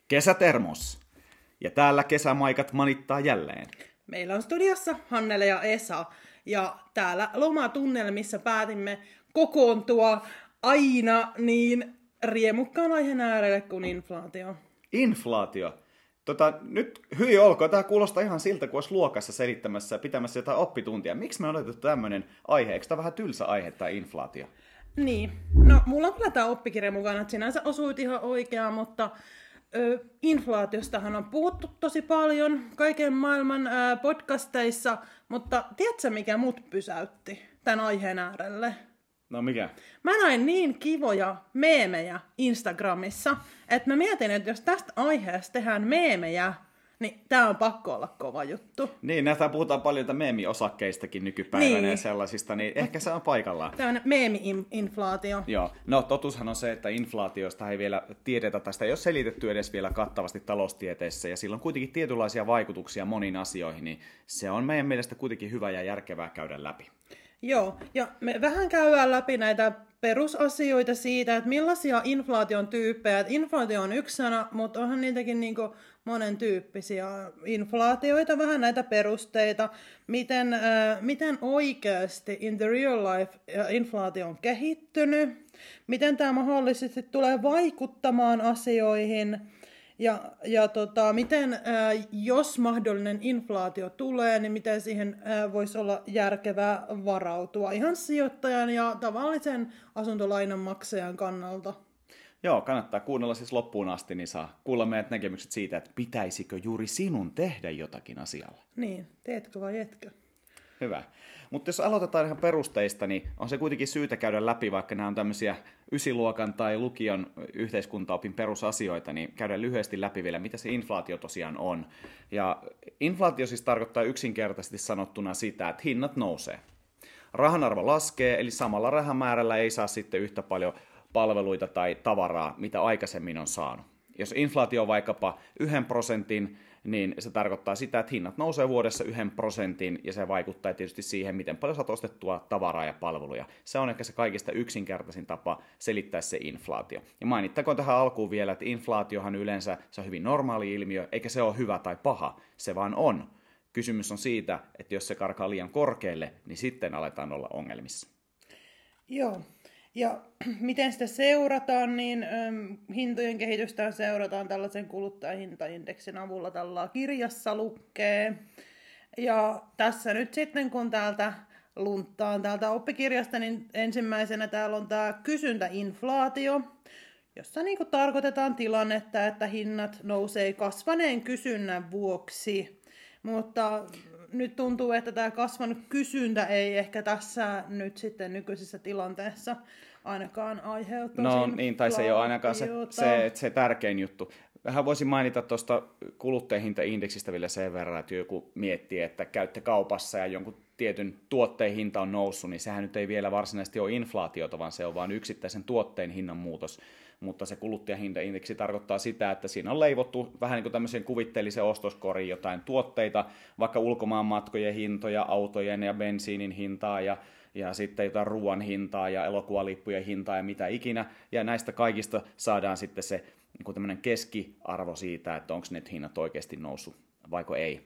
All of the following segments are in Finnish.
Kesätermos. Ja täällä kesämaikat manittaa jälleen. Meillä on studiossa Hannele ja Esa. Ja täällä lomatunnelmissa päätimme kokoontua aina niin riemukkaan aiheen äärelle kuin inflaatio. Inflaatio. Nyt hyi olkoon. Tämä kuulostaa ihan siltä, kun olisi luokassa selittämässä ja pitämässä jotain oppituntia. Miksi me on otettu tämmöinen aihe? Eikö tämä vähän tylsä aihe, tämä inflaatio? Niin. No, mulla on kyllä tämä oppikirja mukana, että sinänsä osuit ihan oikeaan, mutta inflaatiostahan on puhuttu tosi paljon kaiken maailman podcasteissa, mutta tiedätkö mikä mut pysäytti tämän aiheen äärelle? No mikä? Mä näin niin kivoja meemejä Instagramissa, että mä mietin, että jos tästä aiheesta tehdään meemejä, niin tää on pakko olla kova juttu. Niin, näistä puhutaan paljon meemi-osakkeistakin nykypäivänä niin. Ja sellaisista, niin ehkä se on paikallaan. Tämmöinen meemi-inflaatio. Joo, no totuushan on se, että inflaatiosta ei vielä tiedetä, tai sitä ei ole selitetty edes vielä kattavasti taloustieteessä, ja sillä on kuitenkin tietynlaisia vaikutuksia moniin asioihin, niin se on meidän mielestä kuitenkin hyvä ja järkevää käydä läpi. Joo, ja me vähän käydään läpi näitä perusasioita siitä, että millaisia inflaation tyyppejä. Että inflaatio on yksi sana, mutta onhan niitäkin niinku monen tyyppisiä inflaatioita, vähän näitä perusteita, miten oikeasti in the real life inflaatio on kehittynyt, miten tämä mahdollisesti tulee vaikuttamaan asioihin, ja miten, jos mahdollinen inflaatio tulee, niin miten siihen voisi olla järkevää varautua ihan sijoittajan ja tavallisen asuntolainan maksajan kannalta. Joo, kannattaa kuunnella siis loppuun asti, niin saa kuulla meidät näkemykset siitä, että pitäisikö juuri sinun tehdä jotakin asialle. Niin, teetkö vai etkö? Hyvä. Mutta jos aloitetaan ihan perusteista, niin on se kuitenkin syytä käydä läpi, vaikka nämä on tämmöisiä ysiluokan tai lukion yhteiskuntaopin perusasioita, niin käydään lyhyesti läpi vielä, mitä se inflaatio tosiaan on. Ja inflaatio siis tarkoittaa yksinkertaisesti sanottuna sitä, että hinnat nousee. Rahan arvo laskee, eli samalla rahamäärällä ei saa sitten yhtä paljon palveluita tai tavaraa, mitä aikaisemmin on saanut. Jos inflaatio on vaikkapa 1%, niin se tarkoittaa sitä, että hinnat nousee vuodessa 1%, ja se vaikuttaa tietysti siihen, miten paljon saat ostettua tavaraa ja palveluja. Se on ehkä se kaikista yksinkertaisin tapa selittää se inflaatio. Ja mainittakoon tähän alkuun vielä, että inflaatiohan yleensä se on hyvin normaali ilmiö, eikä se ole hyvä tai paha, se vaan on. Kysymys on siitä, että jos se karkaa liian korkealle, niin sitten aletaan olla ongelmissa. Joo. Ja miten sitä seurataan, niin hintojen kehitystä seurataan tällaisen kuluttajahintaindeksin avulla, tällä kirjassa lukee. Ja tässä nyt sitten, kun täältä lunttaan täältä oppikirjasta, niin ensimmäisenä täällä on tämä kysyntäinflaatio, jossa niin kuin tarkoitetaan tilannetta, että hinnat nousee kasvaneen kysynnän vuoksi. Mutta nyt tuntuu, että tämä kasvanut kysyntä ei ehkä tässä nyt sitten nykyisessä tilanteessa ainakaan aiheuttaisi. No niin, tai se ei ole ainakaan se tärkein juttu. Vähän voisin mainita tuosta kuluttajahintaindeksistä vielä sen verran, että joku miettii, että käytte kaupassa ja jonkun tietyn tuotteen hinta on noussut, niin sehän nyt ei vielä varsinaisesti ole inflaatiota, vaan se on vain yksittäisen tuotteen hinnan muutos. Mutta se kuluttajahintaindeksi tarkoittaa sitä, että siinä on leivottu vähän niin kuin tämmöisen kuvitteellisen ostoskoriin jotain tuotteita, vaikka ulkomaan matkojen hintoja, autojen ja bensiinin hintaa ja sitten jotain ruoan hintaa ja elokuvalippujen hintaa ja mitä ikinä. Ja näistä kaikista saadaan sitten se niin kuin tämmöinen keskiarvo siitä, että onko ne hinnat oikeasti noussut vaiko ei.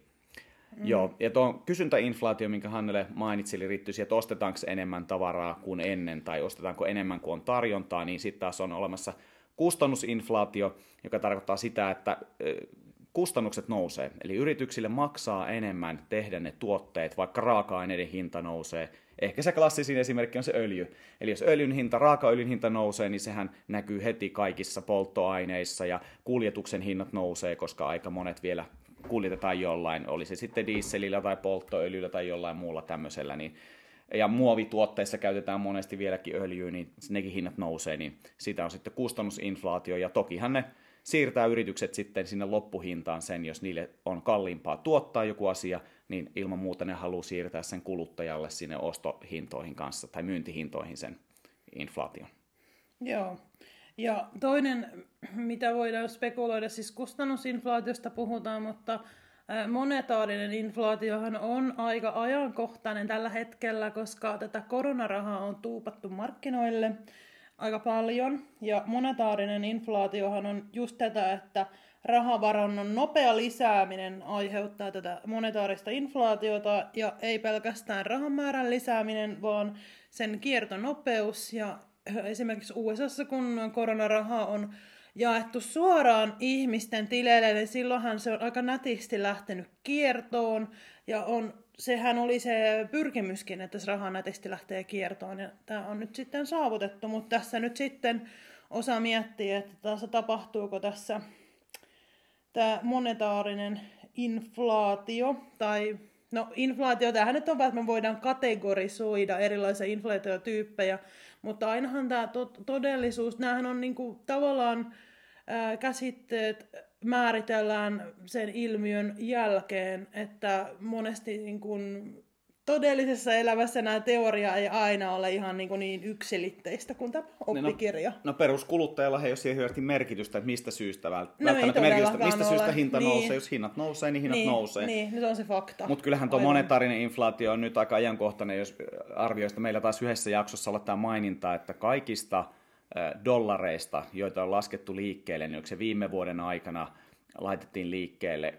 Joo, ja tuo kysyntäinflaatio, minkä Hannele mainitsi, eli riittyy siihen, että ostetaanko enemmän tavaraa kuin ennen, tai ostetaanko enemmän kuin on tarjontaa, niin sitten taas on olemassa kustannusinflaatio, joka tarkoittaa sitä, että kustannukset nousee. Eli yrityksille maksaa enemmän tehdä ne tuotteet, vaikka raaka-aineiden hinta nousee. Ehkä se klassisin esimerkki on se öljy. Eli jos raakaöljyn hinta nousee, niin sehän näkyy heti kaikissa polttoaineissa, ja kuljetuksen hinnat nousee, koska aika monet vielä kuljetetaan jollain, oli se sitten dieselillä tai polttoöljyllä tai jollain muulla tämmöisellä, niin, ja muovituotteissa käytetään monesti vieläkin öljyä, niin nekin hinnat nousee, niin sitä on sitten kustannusinflaatio, ja tokihan ne siirtää yritykset sitten sinne loppuhintaan sen, jos niille on kalliimpaa tuottaa joku asia, niin ilman muuta ne haluaa siirtää sen kuluttajalle sinne ostohintoihin kanssa, tai myyntihintoihin sen inflaation. Joo. Ja toinen, mitä voidaan spekuloida, siis kustannusinflaatiosta puhutaan, mutta monetaarinen inflaatiohan on aika ajankohtainen tällä hetkellä, koska tätä koronarahaa on tuupattu markkinoille aika paljon. Ja monetaarinen inflaatiohan on just tätä, että rahavarannon nopea lisääminen aiheuttaa tätä monetaarista inflaatiota, ja ei pelkästään rahan määrän lisääminen, vaan sen kiertonopeus. Ja esimerkiksi USAssa, kun koronaraha on jaettu suoraan ihmisten tileille, niin silloinhan se on aika nätisti lähtenyt kiertoon, ja sehän oli se pyrkimyskin, että se raha nätisti lähtee kiertoon, ja tämä on nyt sitten saavutettu, mutta tässä nyt sitten osa miettii, että taas tapahtuuko tässä tämä monetaarinen inflaatio, tai no inflaatio, tämähän nyt on vaan, että me voidaan kategorisoida erilaisia inflaatiotyyppejä, mutta ainahan tämä todellisuus, näähän on niinku tavallaan käsitteet määritellään sen ilmiön jälkeen, että monesti niin kuin todellisessa elämässä nämä teoria ei aina ole ihan niin yksilitteistä kuin tämä oppikirja. No peruskuluttajalla ei ole siihen hyvästi merkitystä, että mistä syystä välttämättä merkitystä, mistä syystä hinta nousee. Jos hinnat nousee, niin hinnat nousee. Niin, nyt on se fakta. Mutta kyllähän tuo monetaarinen inflaatio on nyt aika ajankohtainen, jos arvioista meillä taas yhdessä jaksossa olla tämä maininta, että kaikista dollareista, joita on laskettu liikkeelle, niin se viime vuoden aikana laitettiin liikkeelle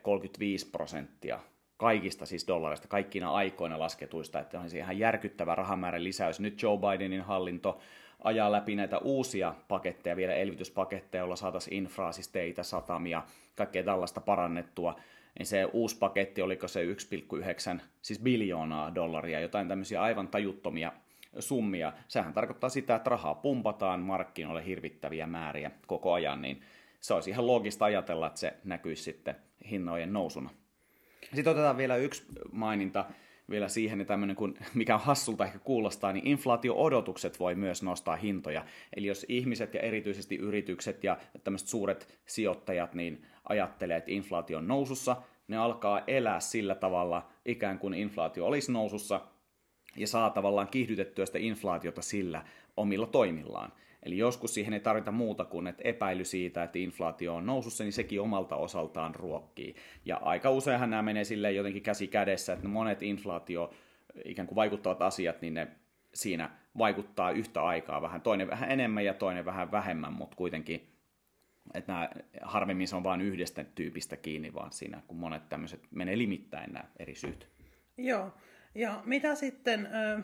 35% kaikista siis dollareista, kaikkina aikoina lasketuista, että on se ihan järkyttävä rahamäärän lisäys. Nyt Joe Bidenin hallinto ajaa läpi näitä uusia paketteja, vielä elvytyspaketteja, joilla saataisiin infraa, siis teitä, satamia, kaikkea tällaista parannettua. Niin se uusi paketti, oliko se 1,9 siis biljoonaa dollaria, jotain tämmöisiä aivan tajuttomia summia. Sehän tarkoittaa sitä, että rahaa pumpataan markkinoille hirvittäviä määriä koko ajan, niin se olisi ihan loogista ajatella, että se näkyisi sitten hinnojen nousuna. Sitten otetaan vielä yksi maininta vielä siihen, niin tämmöinen, mikä on hassulta ehkä kuulostaa, niin inflaatio-odotukset voi myös nostaa hintoja. Eli jos ihmiset ja erityisesti yritykset ja tämmöiset suuret sijoittajat niin ajattelee, että inflaatio on nousussa, ne alkaa elää sillä tavalla, ikään kuin inflaatio olisi nousussa, ja saa tavallaan kiihdytettyä sitä inflaatiota sillä omilla toimillaan. Eli joskus siihen ei tarvita muuta kuin, että epäily siitä, että inflaatio on nousussa, niin sekin omalta osaltaan ruokkii. Ja aika useinhan nämä menee silleen jotenkin käsi kädessä, että monet inflaatio ikään kuin vaikuttavat asiat, niin ne siinä vaikuttaa yhtä aikaa vähän. Toinen vähän enemmän ja toinen vähän vähemmän, mutta kuitenkin, että nämä harvemmin se on vain yhdestä tyypistä kiinni, vaan siinä kun monet tämmöiset menee limittäin nämä eri syyt. Joo, ja mitä sitten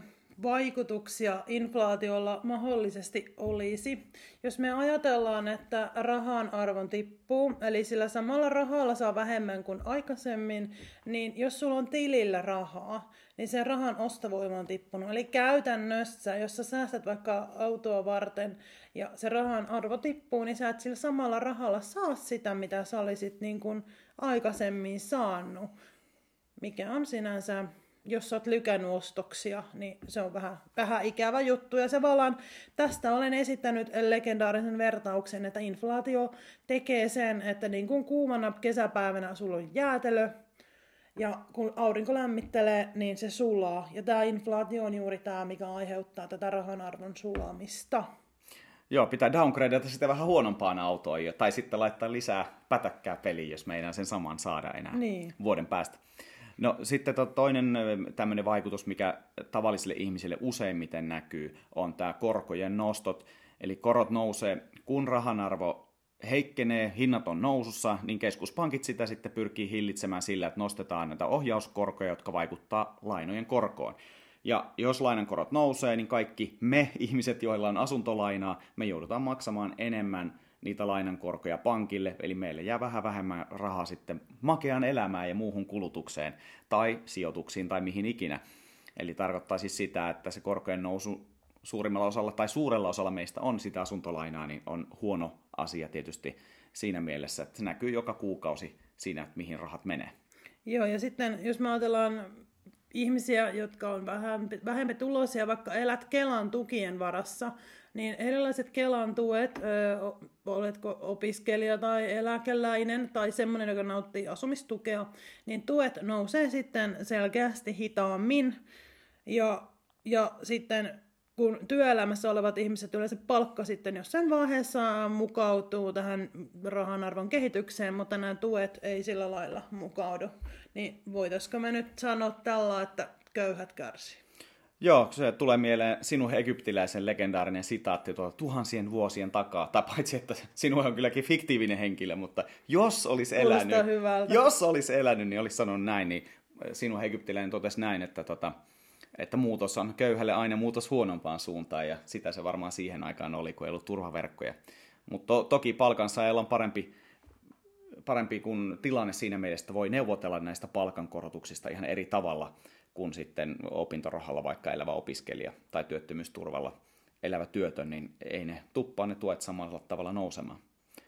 vaikutuksia inflaatiolla mahdollisesti olisi? Jos me ajatellaan, että rahan arvon tippuu, eli sillä samalla rahalla saa vähemmän kuin aikaisemmin, niin jos sulla on tilillä rahaa, niin sen rahan ostovoima on tippunut. Eli käytännössä, jos sä säästät vaikka autoa varten ja se rahan arvo tippuu, niin sä et sillä samalla rahalla saa sitä, mitä sä olisit niin kuin aikaisemmin saanut, mikä on sinänsä, jos sä oot lykännyt ostoksia, niin se on vähän ikävä juttu. Ja se vallan, tästä olen esittänyt legendaarisen vertauksen, että inflaatio tekee sen, että niin kuin kuumana kesäpäivänä sulla on jäätelö, ja kun aurinko lämmittelee, niin se sulaa. Ja tämä inflaatio on juuri tämä, mikä aiheuttaa tätä rahan arvon sulamista. Joo, pitää downgradata sitä vähän huonompaan autoon, tai sitten laittaa lisää pätäkkää peliin, jos me ei sen saman saada enää vuoden päästä. No sitten toinen tämmöinen vaikutus, mikä tavallisille ihmisille useimmiten näkyy, on tämä korkojen nostot. Eli korot nousee, kun rahan arvo heikkenee, hinnat on nousussa, niin keskuspankit sitä sitten pyrkii hillitsemään sillä, että nostetaan näitä ohjauskorkoja, jotka vaikuttaa lainojen korkoon. Ja jos lainan korot nousee, niin kaikki me ihmiset, joilla on asuntolainaa, me joudutaan maksamaan enemmän niitä lainankorkoja pankille, eli meille jää vähän vähemmän rahaa sitten makeaan elämään ja muuhun kulutukseen tai sijoituksiin tai mihin ikinä. Eli tarkoittaa siis sitä, että se korkojen nousu suurimmalla osalla tai suurella osalla meistä on sitä asuntolainaa, niin on huono asia tietysti siinä mielessä, että se näkyy joka kuukausi siinä, että mihin rahat menee. Joo, ja sitten jos me ajatellaan ihmisiä, jotka on vähempi tuloisia, vaikka elät Kelan tukien varassa, niin erilaiset Kelan tuet, oletko opiskelija tai eläkeläinen tai semmoinen, joka nauttii asumistukea, niin tuet nousee sitten selkeästi hitaammin. Ja sitten kun työelämässä olevat ihmiset, yleensä palkka sitten jossain vaiheessa mukautuu tähän rahanarvon kehitykseen, mutta nämä tuet ei sillä lailla mukaudu. Niin voitaisiko me nyt sanoa tällä, että köyhät kärsii? Joo, se tulee mieleen sinun egyptiläisen legendaarinen sitaatti tuolta tuhansien vuosien takaa. Tai paitsi, että sinun on kylläkin fiktiivinen henkilö, mutta jos olisi elänyt, niin olisi sanonut näin, niin sinun egyptiläinen totesi näin, että muutos on köyhälle aina muutos huonompaan suuntaan, ja sitä se varmaan siihen aikaan oli, kun ei ollut turvaverkkoja. Mutta toki palkansaajalla on parempi kuin tilanne siinä mielessä, voi neuvotella näistä palkankorotuksista ihan eri tavalla kuin sitten opintorahalla vaikka elävä opiskelija tai työttömyysturvalla elävä työtön, niin ei ne tuppaa ne tuet samalla tavalla nousemaan.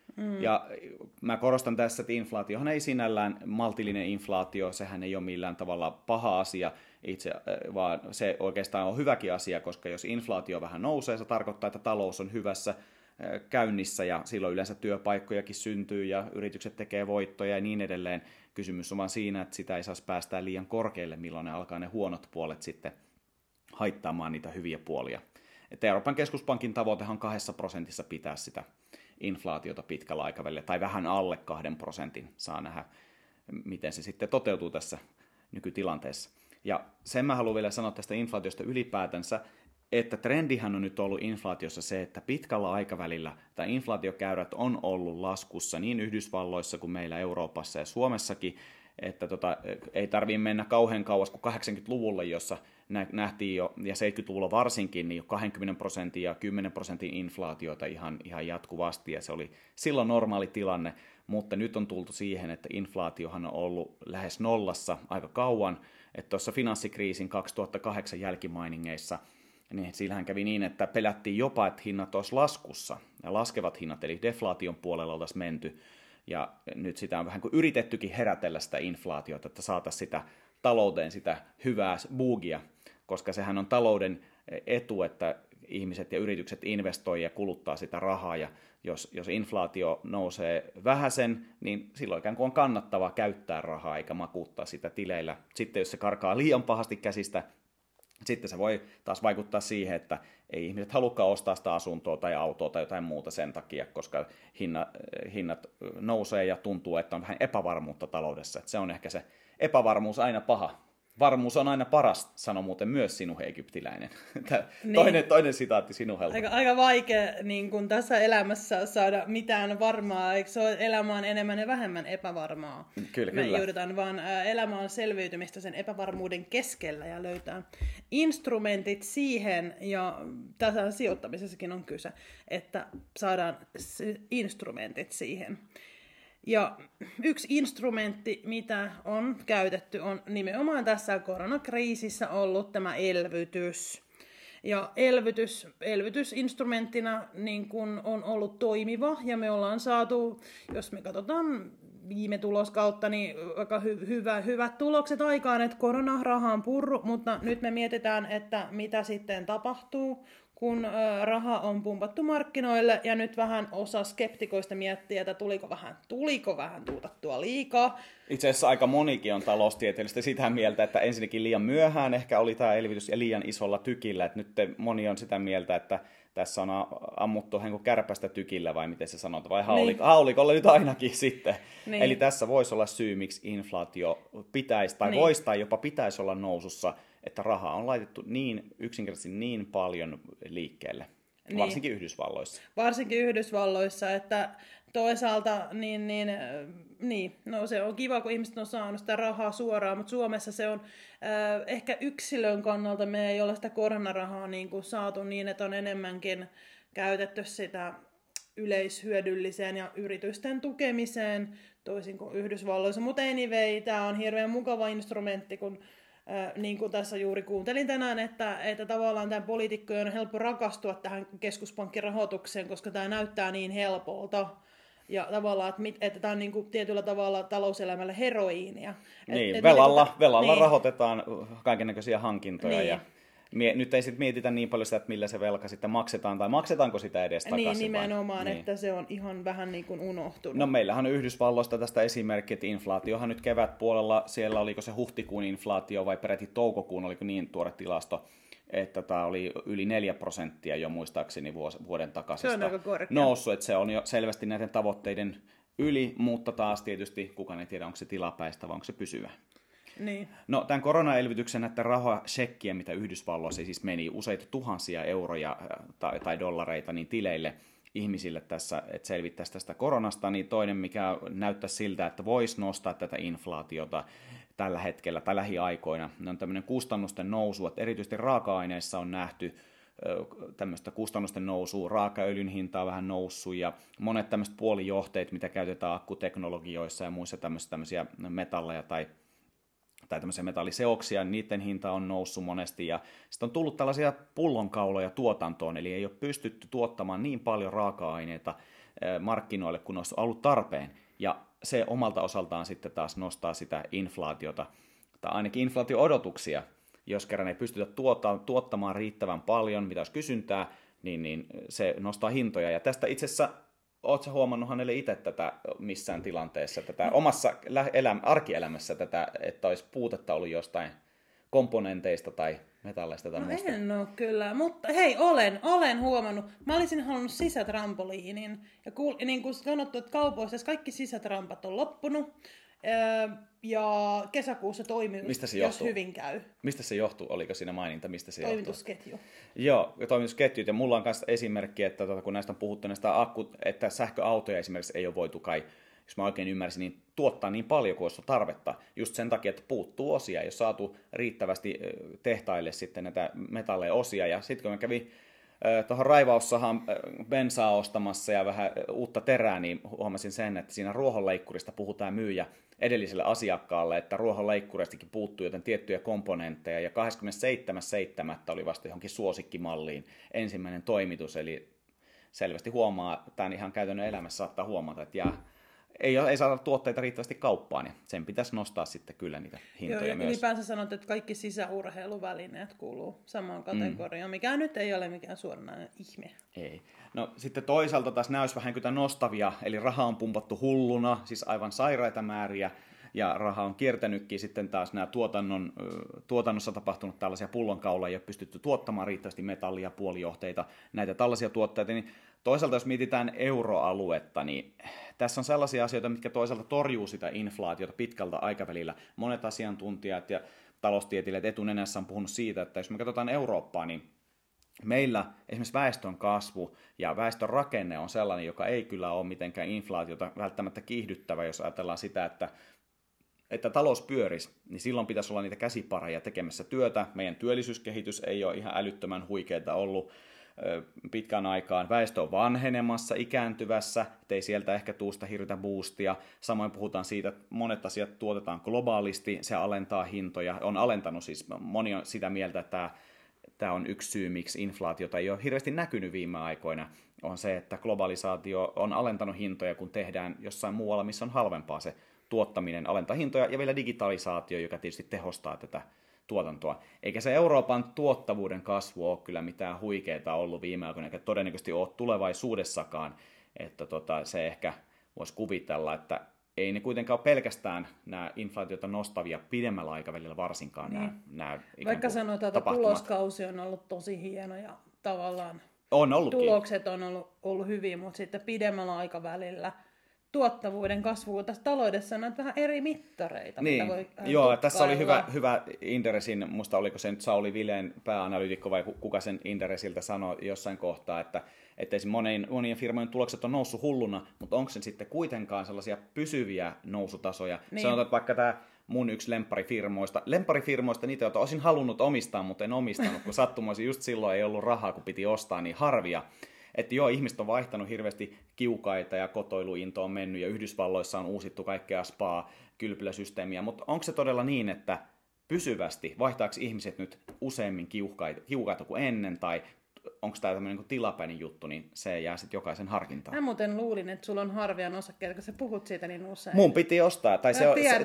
Ja mä korostan tässä, että inflaatiohan ei sinällään, maltillinen inflaatio, sehän ei ole millään tavalla paha asia itse, vaan se oikeastaan on hyväkin asia, koska jos inflaatio vähän nousee, se tarkoittaa, että talous on hyvässä käynnissä ja silloin yleensä työpaikkojakin syntyy ja yritykset tekee voittoja ja niin edelleen. Kysymys on vaan siinä, että sitä ei saisi päästää liian korkealle, milloin ne alkaa ne huonot puolet sitten haittaamaan niitä hyviä puolia. Että Euroopan keskuspankin tavoitehan 2% pitää sitä inflaatiota pitkällä aikavälillä, tai vähän alle 2%. Saa nähdä, miten se sitten toteutuu tässä nykytilanteessa. Ja sen mä haluan vielä sanoa tästä inflaatiosta ylipäätänsä, että trendihän on nyt ollut inflaatiossa se, että pitkällä aikavälillä tämä inflaatiokäyrät on ollut laskussa niin Yhdysvalloissa kuin meillä Euroopassa ja Suomessakin, että ei tarvitse mennä kauhean kauas kuin 80-luvulle, jossa nähtiin jo, ja 70-luvulla varsinkin, niin 20% ja 10% inflaatiota ihan jatkuvasti, ja se oli silloin normaali tilanne, mutta nyt on tultu siihen, että inflaatiohan on ollut lähes nollassa aika kauan, että tuossa finanssikriisin 2008 jälkimainingeissa, niin sillähän kävi niin, että pelättiin jopa, että hinnat olisi laskussa, ja laskevat hinnat, eli deflaation puolella oltaisiin menty, ja nyt sitä on vähän kuin yritettykin herätellä sitä inflaatiota, että saataisiin sitä talouteen sitä hyvää boogia, koska sehän on talouden etu, että ihmiset ja yritykset investoi ja kuluttaa sitä rahaa, ja jos inflaatio nousee vähäsen, niin silloin ikään kuin on kannattavaa käyttää rahaa eikä makuuttaa sitä tileillä. Sitten jos se karkaa liian pahasti käsistä, sitten se voi taas vaikuttaa siihen, että ei ihmiset halukkaan ostaa sitä asuntoa tai autoa tai jotain muuta sen takia, koska hinnat nousee ja tuntuu, että on vähän epävarmuutta taloudessa. Että se on ehkä se epävarmuus aina paha. Varmuus on aina paras, sanoi muuten myös sinun egyptiläinen. Niin. Toinen sitaatti sinuhelta. Aika vaikea niin kun tässä elämässä saada mitään varmaa, eikö se ole elämään enemmän ja vähemmän epävarmaa? Kyllä. Me joudutaan vaan elämään selviytymistä sen epävarmuuden keskellä ja löytää instrumentit siihen, ja tässä sijoittamisessakin on kyse, että saadaan instrumentit siihen. Ja yksi instrumentti, mitä on käytetty, on nimenomaan tässä koronakriisissä ollut tämä elvytys. Ja elvytysinstrumenttina niin kun on ollut toimiva, ja me ollaan saatu, jos me katsotaan viime tuloskautta, niin aika hyvät tulokset aikaan, että koronaraha on purru, mutta nyt me mietitään, että mitä sitten tapahtuu, kun raha on pumpattu markkinoille, ja nyt vähän osa skeptikoista miettii, että tuliko vähän tuutattua liikaa. Itse asiassa aika monikin on taloustieteellisesti sitä mieltä, että ensinnäkin liian myöhään ehkä oli tämä elvytys ja liian isolla tykillä, että nyt moni on sitä mieltä, että tässä on ammuttu kärpästä tykillä, vai miten se sanotaan, vai haulikolla nyt ainakin sitten. Niin. Eli tässä voisi olla syy, miksi inflaatio pitäisi, tai niin. Voisi, tai jopa pitäisi olla nousussa, että rahaa on laitettu yksinkertaisesti niin paljon liikkeelle, niin. Varsinkin Yhdysvalloissa. Varsinkin Yhdysvalloissa, että toisaalta se on kiva, kun ihmiset on saanut sitä rahaa suoraan, mutta Suomessa se on ehkä yksilön kannalta, me ei ole sitä koronarahaa niin kuin saatu niin, että on enemmänkin käytetty sitä yleishyödylliseen ja yritysten tukemiseen, toisin kuin Yhdysvalloissa. Mutta anyway, tämä on hirveän mukava instrumentti, kun niin kuin tässä juuri kuuntelin tänään, että tavallaan tämän poliitikkojen on helppo rakastua tähän keskuspankkirahoitukseen, koska tämä näyttää niin helpolta. Ja tavallaan, että tämä on niin kuin tietyllä tavalla talouselämälle heroiinia. Niin, velalla niin. Rahoitetaan kaikennäköisiä hankintoja. Niin. Ja nyt ei sitten mietitä niin paljon sitä, että millä se velka sitten maksetaan, tai maksetaanko sitä edes takaisin. Niin, nimenomaan, niin. Että se on ihan vähän niin kuin unohtunut. No meillähän on Yhdysvalloista tästä esimerkki, että inflaatiohan nyt kevätpuolella, siellä oliko se huhtikuun inflaatio vai peräti toukokuun, oliko niin tuore tilasto, että tämä oli yli 4% jo muistaakseni vuoden takaisesta. Se on aika korkea. Noussut, että se on jo selvästi näiden tavoitteiden yli, mutta taas tietysti kukaan ei tiedä, onko se tilapäistä vai onko se pysyvä. Niin. No tämän koronaelvytyksen näiden rahachekkien, mitä Yhdysvalloissa siis meni useita tuhansia euroja tai dollareita niin tileille ihmisille tässä, että selvittäisi tästä koronasta, niin toinen, mikä näyttää siltä, että voisi nostaa tätä inflaatiota tällä hetkellä tai lähiaikoina, ne on tämmöinen kustannusten nousu, että erityisesti raaka-aineissa on nähty tämmöistä kustannusten nousua, raakaöljyn hinta on vähän noussut ja monet tämmöiset puolijohteet, mitä käytetään akkuteknologioissa ja muissa tämmöisiä metalleja tai tämmöisiä metalliseoksia, niin niiden hinta on noussut monesti ja sitten on tullut tällaisia pullonkauloja tuotantoon, eli ei ole pystytty tuottamaan niin paljon raaka-aineita markkinoille, kun olisi ollut tarpeen ja se omalta osaltaan sitten taas nostaa sitä inflaatiota tai ainakin inflaatio-odotuksia. Jos kerran ei pystytä tuottamaan riittävän paljon, mitä olisi kysyntää, niin se nostaa hintoja. Ja tästä itse asiassa, oletko huomannut hänelle itse tätä missään tilanteessa, tätä omassa arkielämässä, tätä, että olisi puutetta ollut jostain komponenteista tai metalleista tai muusta? En ole kyllä, mutta hei, olen huomannut. Mä olisin halunnut sisätrampoliinin. Ja niin kuin sanottu, että kaupoissa kaikki sisätrampat on loppunut. Ja kesäkuussa toimii, jos hyvin käy. Mistä se johtuu? Oliko siinä maininta, mistä se johtuu? Toimitusketju. Joo, toimitusketjut. Ja mulla on myös esimerkki, että kun näistä on puhuttu näistä että sähköautoja esimerkiksi ei ole voitu kai, jos mä oikein ymmärsin, niin tuottaa niin paljon kuin olisi tarvetta. Just sen takia, että puuttuu osia. Ei ole saatu riittävästi tehtaille sitten näitä metalleja osia. Ja sitten kun mä kävin tuohon raivaussahan bensaa ostamassa ja vähän uutta terää, niin huomasin sen, että siinä ruohonleikkurista puhutaan myyjä edelliselle asiakkaalle, että ruohonleikkuristakin puuttuu joten tiettyjä komponentteja, ja 27.7. oli vasta johonkin suosikkimalliin ensimmäinen toimitus, eli selvästi huomaa, tämän ihan käytännön elämässä saattaa huomata, että ei saada tuotteita riittävästi kauppaan, ja sen pitäisi nostaa sitten kyllä niitä hintoja myös. Ylipäänsä sanot, että kaikki sisäurheiluvälineet kuuluu samaan kategoriaan, mikä nyt ei ole mikään suoranainen ihme. Ei. No sitten toisaalta taas nämä olisi vähän kyllä nostavia, eli raha on pumpattu hulluna, siis aivan sairaita määriä, ja raha on kiertänytkin sitten taas nämä tuotannossa tapahtunut tällaisia pullonkauloja, ei ole pystytty tuottamaan riittävästi metallia, puolijohteita, näitä tällaisia tuotteita, niin toisaalta jos mietitään euroaluetta, niin tässä on sellaisia asioita, mitkä toisaalta torjuu sitä inflaatiota pitkältä aikavälillä. Monet asiantuntijat ja taloustieteilijät etunenässä on puhunut siitä, että jos me katsotaan Eurooppaa, niin meillä esimerkiksi väestön kasvu ja väestön rakenne on sellainen, joka ei kyllä ole mitenkään inflaatiota välttämättä kiihdyttävä, jos ajatellaan sitä, että talous pyörisi, niin silloin pitäisi olla niitä käsipareja tekemässä työtä. Meidän työllisyyskehitys ei ole ihan älyttömän huikeaa ollut pitkään aikaan. Väestö on vanhenemassa, ikääntyvässä, ettei sieltä ehkä tuusta hirveätä boostia. Samoin puhutaan siitä, että monet asiat tuotetaan globaalisti, se alentaa hintoja. On alentanut siis, moni on sitä mieltä, että tämä on yksi syy, miksi inflaatiota ei ole hirveästi näkynyt viime aikoina, on se, että globalisaatio on alentanut hintoja, kun tehdään jossain muualla, missä on halvempaa se tuottaminen, alentaa hintoja, ja vielä digitalisaatio, joka tietysti tehostaa tätä tuotantoa. Eikä se Euroopan tuottavuuden kasvu ole kyllä mitään huikeaa ollut viime aikoina, eikä todennäköisesti ole tulevaisuudessakaan, että se ehkä voisi kuvitella, että ei ne kuitenkaan ole pelkästään nämä inflaatiota nostavia pidemmällä aikavälillä varsinkaan nämä vaikka sanotaan, että tuloskausi on ollut tosi hieno ja tavallaan tulokset on ollut hyviä, mutta sitten pidemmällä aikavälillä tuottavuuden kasvu tässä taloudessa on vähän eri mittareita. Niin. Mitä voi joo, tässä oli hyvä Inderesin, musta oliko se nyt Sauli Vileen pääanalyytikko vai kuka sen Inderesiltä sanoi jossain kohtaa, että monien firmojen tulokset on noussut hulluna, mutta onko se sitten kuitenkaan sellaisia pysyviä nousutasoja? Niin. Sanotaan, että vaikka tämä mun yksi lemparifirmoista niitä, joita olisin halunnut omistaa, mutta en omistanut, kun sattumoisin just silloin ei ollut rahaa, kun piti ostaa, niin harvia. Että joo, ihmiset on vaihtanut hirveästi kiukaita ja kotoiluinto on mennyt ja Yhdysvalloissa on uusittu kaikkea spa-kylpyläsysteemiä, mutta onko se todella niin, että pysyvästi vaihtaako ihmiset nyt useammin kiukaita kuin ennen tai onko tämä tämmöinen niin tilapäinen juttu, niin se jää sitten jokaisen harkintaan. Mä muuten luulin, että sulla on harvian osakkeita, kun sä puhut siitä niin usein. Mun piti ostaa. Tai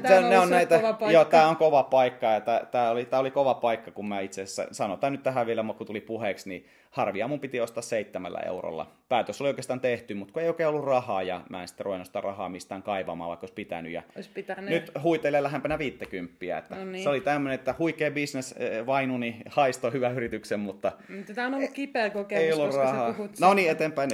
tämä on kova paikka ja tämä oli kova paikka, kun mä itse asiassa sanotaan nyt tähän vielä, kun tuli puheeksi, niin harvia mun piti ostaa 7 eurolla. Päätös oli oikeastaan tehty, mutta kun ei oikein ollut rahaa ja mä en sitten ruvennut sitä rahaa mistään kaivamaan, vaikka olisi pitänyt. Ja nyt huitelee lähempänä 50. Että no niin. Se oli tämmöinen, että huikea business, vainuni, haisto hyvän yrityksen, mutta tämä on ollut kipeä kokemus, koska rahaa. Sä puhut no niin, eteenpäin.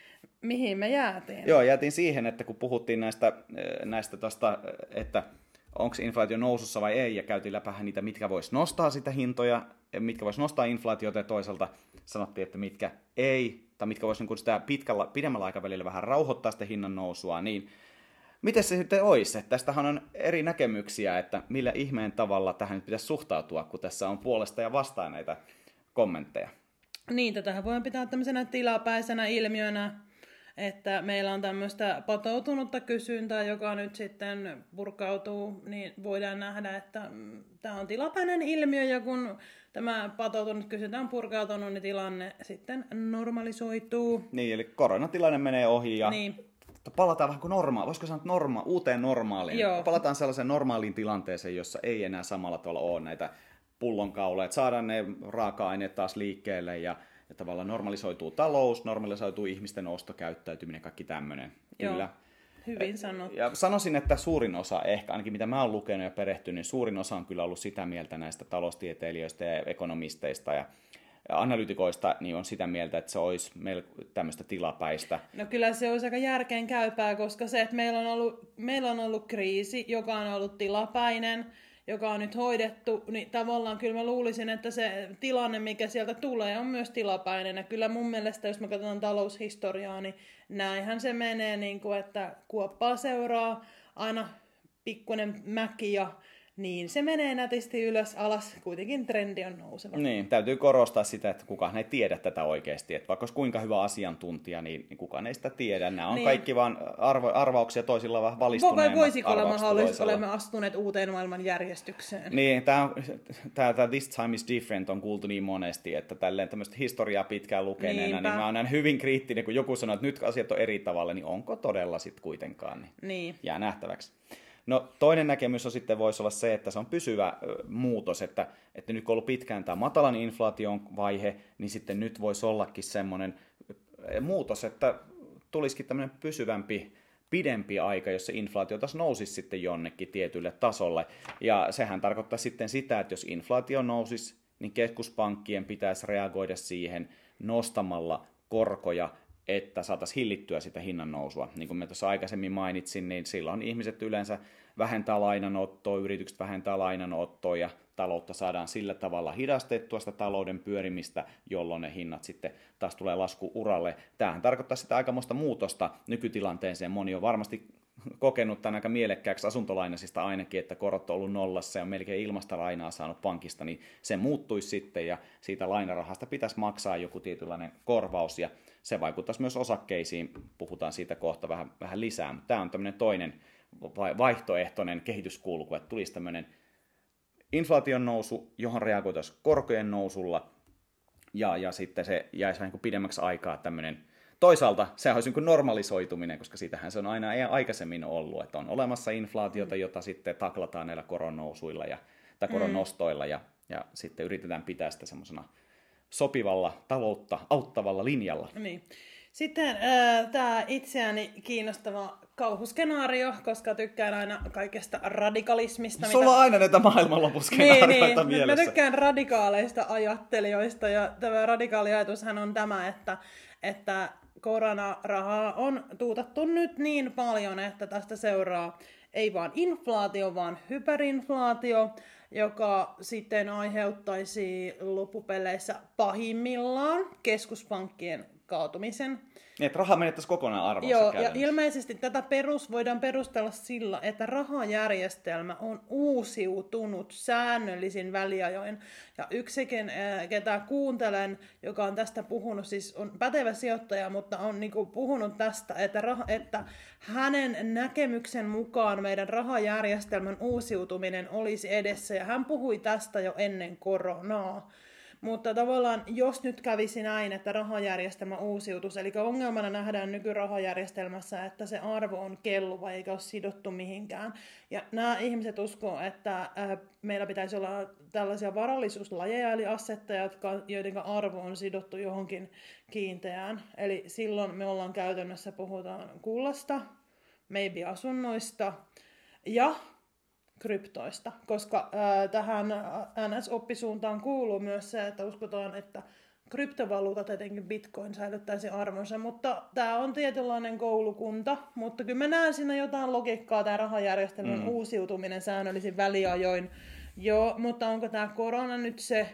Mihin me jäätiin? Joo, jäätiin siihen, että kun puhuttiin näistä että onko inflaatio nousussa vai ei, ja käytiin läpi niitä, mitkä vois nostaa sitä hintoja, mitkä vois nostaa inflaatiota, ja toisaalta sanottiin, että mitkä ei, tai mitkä vois niin sitä pidemmällä aikavälillä vähän rauhoittaa sitä hinnan nousua, niin miten se sitten olisi? Että tästähän on eri näkemyksiä, että millä ihmeen tavalla tähän nyt pitäisi suhtautua, kun tässä on puolesta ja vastaan näitä kommentteja. Niin, tätähän voidaan pitää tämmöisenä tilapäisenä ilmiönä, että meillä on tämmöistä patoutunutta kysyntää, joka nyt sitten purkautuu, niin voidaan nähdä, että tämä on tilapäinen ilmiö, ja kun tämä patoutunut kysyntä on purkautunut, niin tilanne sitten normalisoituu. Niin, eli koronatilanne menee ohi ja niin. Palataan vähän kuin voisiko sanoa uuteen normaaliin. Joo. Palataan sellaiseen normaaliin tilanteeseen, jossa ei enää samalla tavalla ole näitä pullonkauleja, että saadaan ne raaka-aineet taas liikkeelle ja tavallaan normalisoituu talous, normalisoituu ihmisten ostokäyttäytyminen, kaikki tämmöinen. Kyllä. Hyvin sanottu. Ja sanoisin, että suurin osa, ehkä ainakin mitä mä oon lukenut ja perehtynyt, niin suurin osa on kyllä ollut sitä mieltä näistä taloustieteilijöistä ja ekonomisteista ja analytikoista, niin on sitä mieltä, että se olisi tämmöistä tilapäistä. No kyllä se olisi aika järkeenkäypää, koska se, että meillä on ollut kriisi, joka on ollut tilapäinen, joka on nyt hoidettu, niin tavallaan kyllä mä luulisin, että se tilanne, mikä sieltä tulee, on myös tilapäinen. Ja kyllä mun mielestä, jos me katsotaan taloushistoriaa, niin näinhän se menee, niin kuin, että kuoppaa seuraa aina pikkuinen mäki ja niin se menee nätisti ylös alas, kuitenkin trendi on nouseva. Niin, täytyy korostaa sitä, että kukaan ei tiedä tätä oikeasti. Että vaikka olisi kuinka hyvä asiantuntija, niin kukaan ei sitä tiedä. Nämä on kaikki vaan arvauksia, toisilla vähän valistuneemmat. Voisiko olla mahdollista, olemme astuneet uuteen maailman järjestykseen? Niin, tämä This Time is Different on kuultu niin monesti, että tälleen tämmöistä historiaa pitkään lukeneena, niin mä oon näin hyvin kriittinen, kun joku sanoo, että nyt asiat on eri tavalla, niin onko todella sitten kuitenkaan, niin jää nähtäväksi. No toinen näkemys on sitten voisi olla se, että se on pysyvä muutos, että nyt kun on ollut pitkään tämä matalan inflaation vaihe, niin sitten nyt voisi ollakin semmoinen muutos, että tulisikin tämmöinen pysyvämpi, pidempi aika, jos se inflaatio taas nousisi sitten jonnekin tietylle tasolle. Ja sehän tarkoittaa sitten sitä, että jos inflaatio nousisi, niin keskuspankkien pitäisi reagoida siihen nostamalla korkoja, että saataisiin hillittyä sitä hinnan nousua. Niin kuin mä tuossa aikaisemmin mainitsin, niin silloin ihmiset yleensä vähentää lainanottoa, yritykset vähentää lainanottoa ja taloutta saadaan sillä tavalla hidastettua sitä talouden pyörimistä, jolloin ne hinnat sitten taas tulee lasku-uralle. Tämähän tarkoittaa sitä aikamoista muutosta nykytilanteeseen. Moni on varmasti kokenut tämän aika mielekkääksi asuntolainasista ainakin, että korot on ollut nollassa ja on melkein ilmasta lainaa saanut pankista, niin se muuttuisi sitten ja siitä lainarahasta pitäisi maksaa joku tietynlainen korvaus ja se vaikuttaisi myös osakkeisiin, puhutaan siitä kohta vähän lisää, mutta tämä on tämmöinen toinen vaihtoehtoinen kehityskulku, että tulisi tämmöinen inflaation nousu, johon reagoitaisiin korkojen nousulla ja sitten se jäisi vähän pidemmäksi aikaa tämmöinen. Toisaalta se olisi niin kuin normalisoituminen, koska siitähän se on aina aikaisemmin ollut, että on olemassa inflaatiota, jota sitten taklataan näillä koronnousuilla tai koronnostoilla ja sitten yritetään pitää sitä semmoisena sopivalla taloutta auttavalla linjalla. Niin. Sitten tämä itseäni kiinnostava kauhuskenaario, koska tykkään aina kaikesta radikalismista. Sulla on aina näitä maailmanlopuskenaarioita mielessä. Mä tykkään radikaaleista ajattelijoista ja tämä radikaali ajatushan on tämä, että koronarahaa on tuutattu nyt niin paljon, että tästä seuraa ei vaan inflaatio, vaan hyperinflaatio, joka sitten aiheuttaisi loppupeleissä pahimmillaan keskuspankkien kaatumisen. Niin, että raha menettäisi kokonaan arvonsa. Joo, ja ilmeisesti tätä voidaan perustella sillä, että rahajärjestelmä on uusiutunut säännöllisin väliajoin. Ja yksikin, ketä kuuntelen, joka on tästä puhunut, siis on pätevä sijoittaja, mutta on niinku puhunut tästä, että hänen näkemyksen mukaan meidän rahajärjestelmän uusiutuminen olisi edessä. Ja hän puhui tästä jo ennen koronaa. Mutta tavallaan, jos nyt kävisi näin, että rahajärjestelmä uusiutuisi, eli ongelmana nähdään nykyrahajärjestelmässä, että se arvo on kelluva eikä ole sidottu mihinkään. Ja nämä ihmiset uskoo, että meillä pitäisi olla tällaisia varallisuuslajeja, eli assetteja, joiden arvo on sidottu johonkin kiinteään. Eli silloin me ollaan käytännössä, puhutaan kullasta, maybe asunnoista ja kryptoista, koska tähän NS-oppisuuntaan kuuluu myös se, että uskotaan, että kryptovaluutat, etenkin bitcoin, säilyttäisi arvonsa, mutta tämä on tietynlainen koulukunta, mutta kyllä mä näen siinä jotain logiikkaa, tämä rahajärjestelmän uusiutuminen säännöllisin väliajoin. Joo, mutta onko tämä korona nyt se...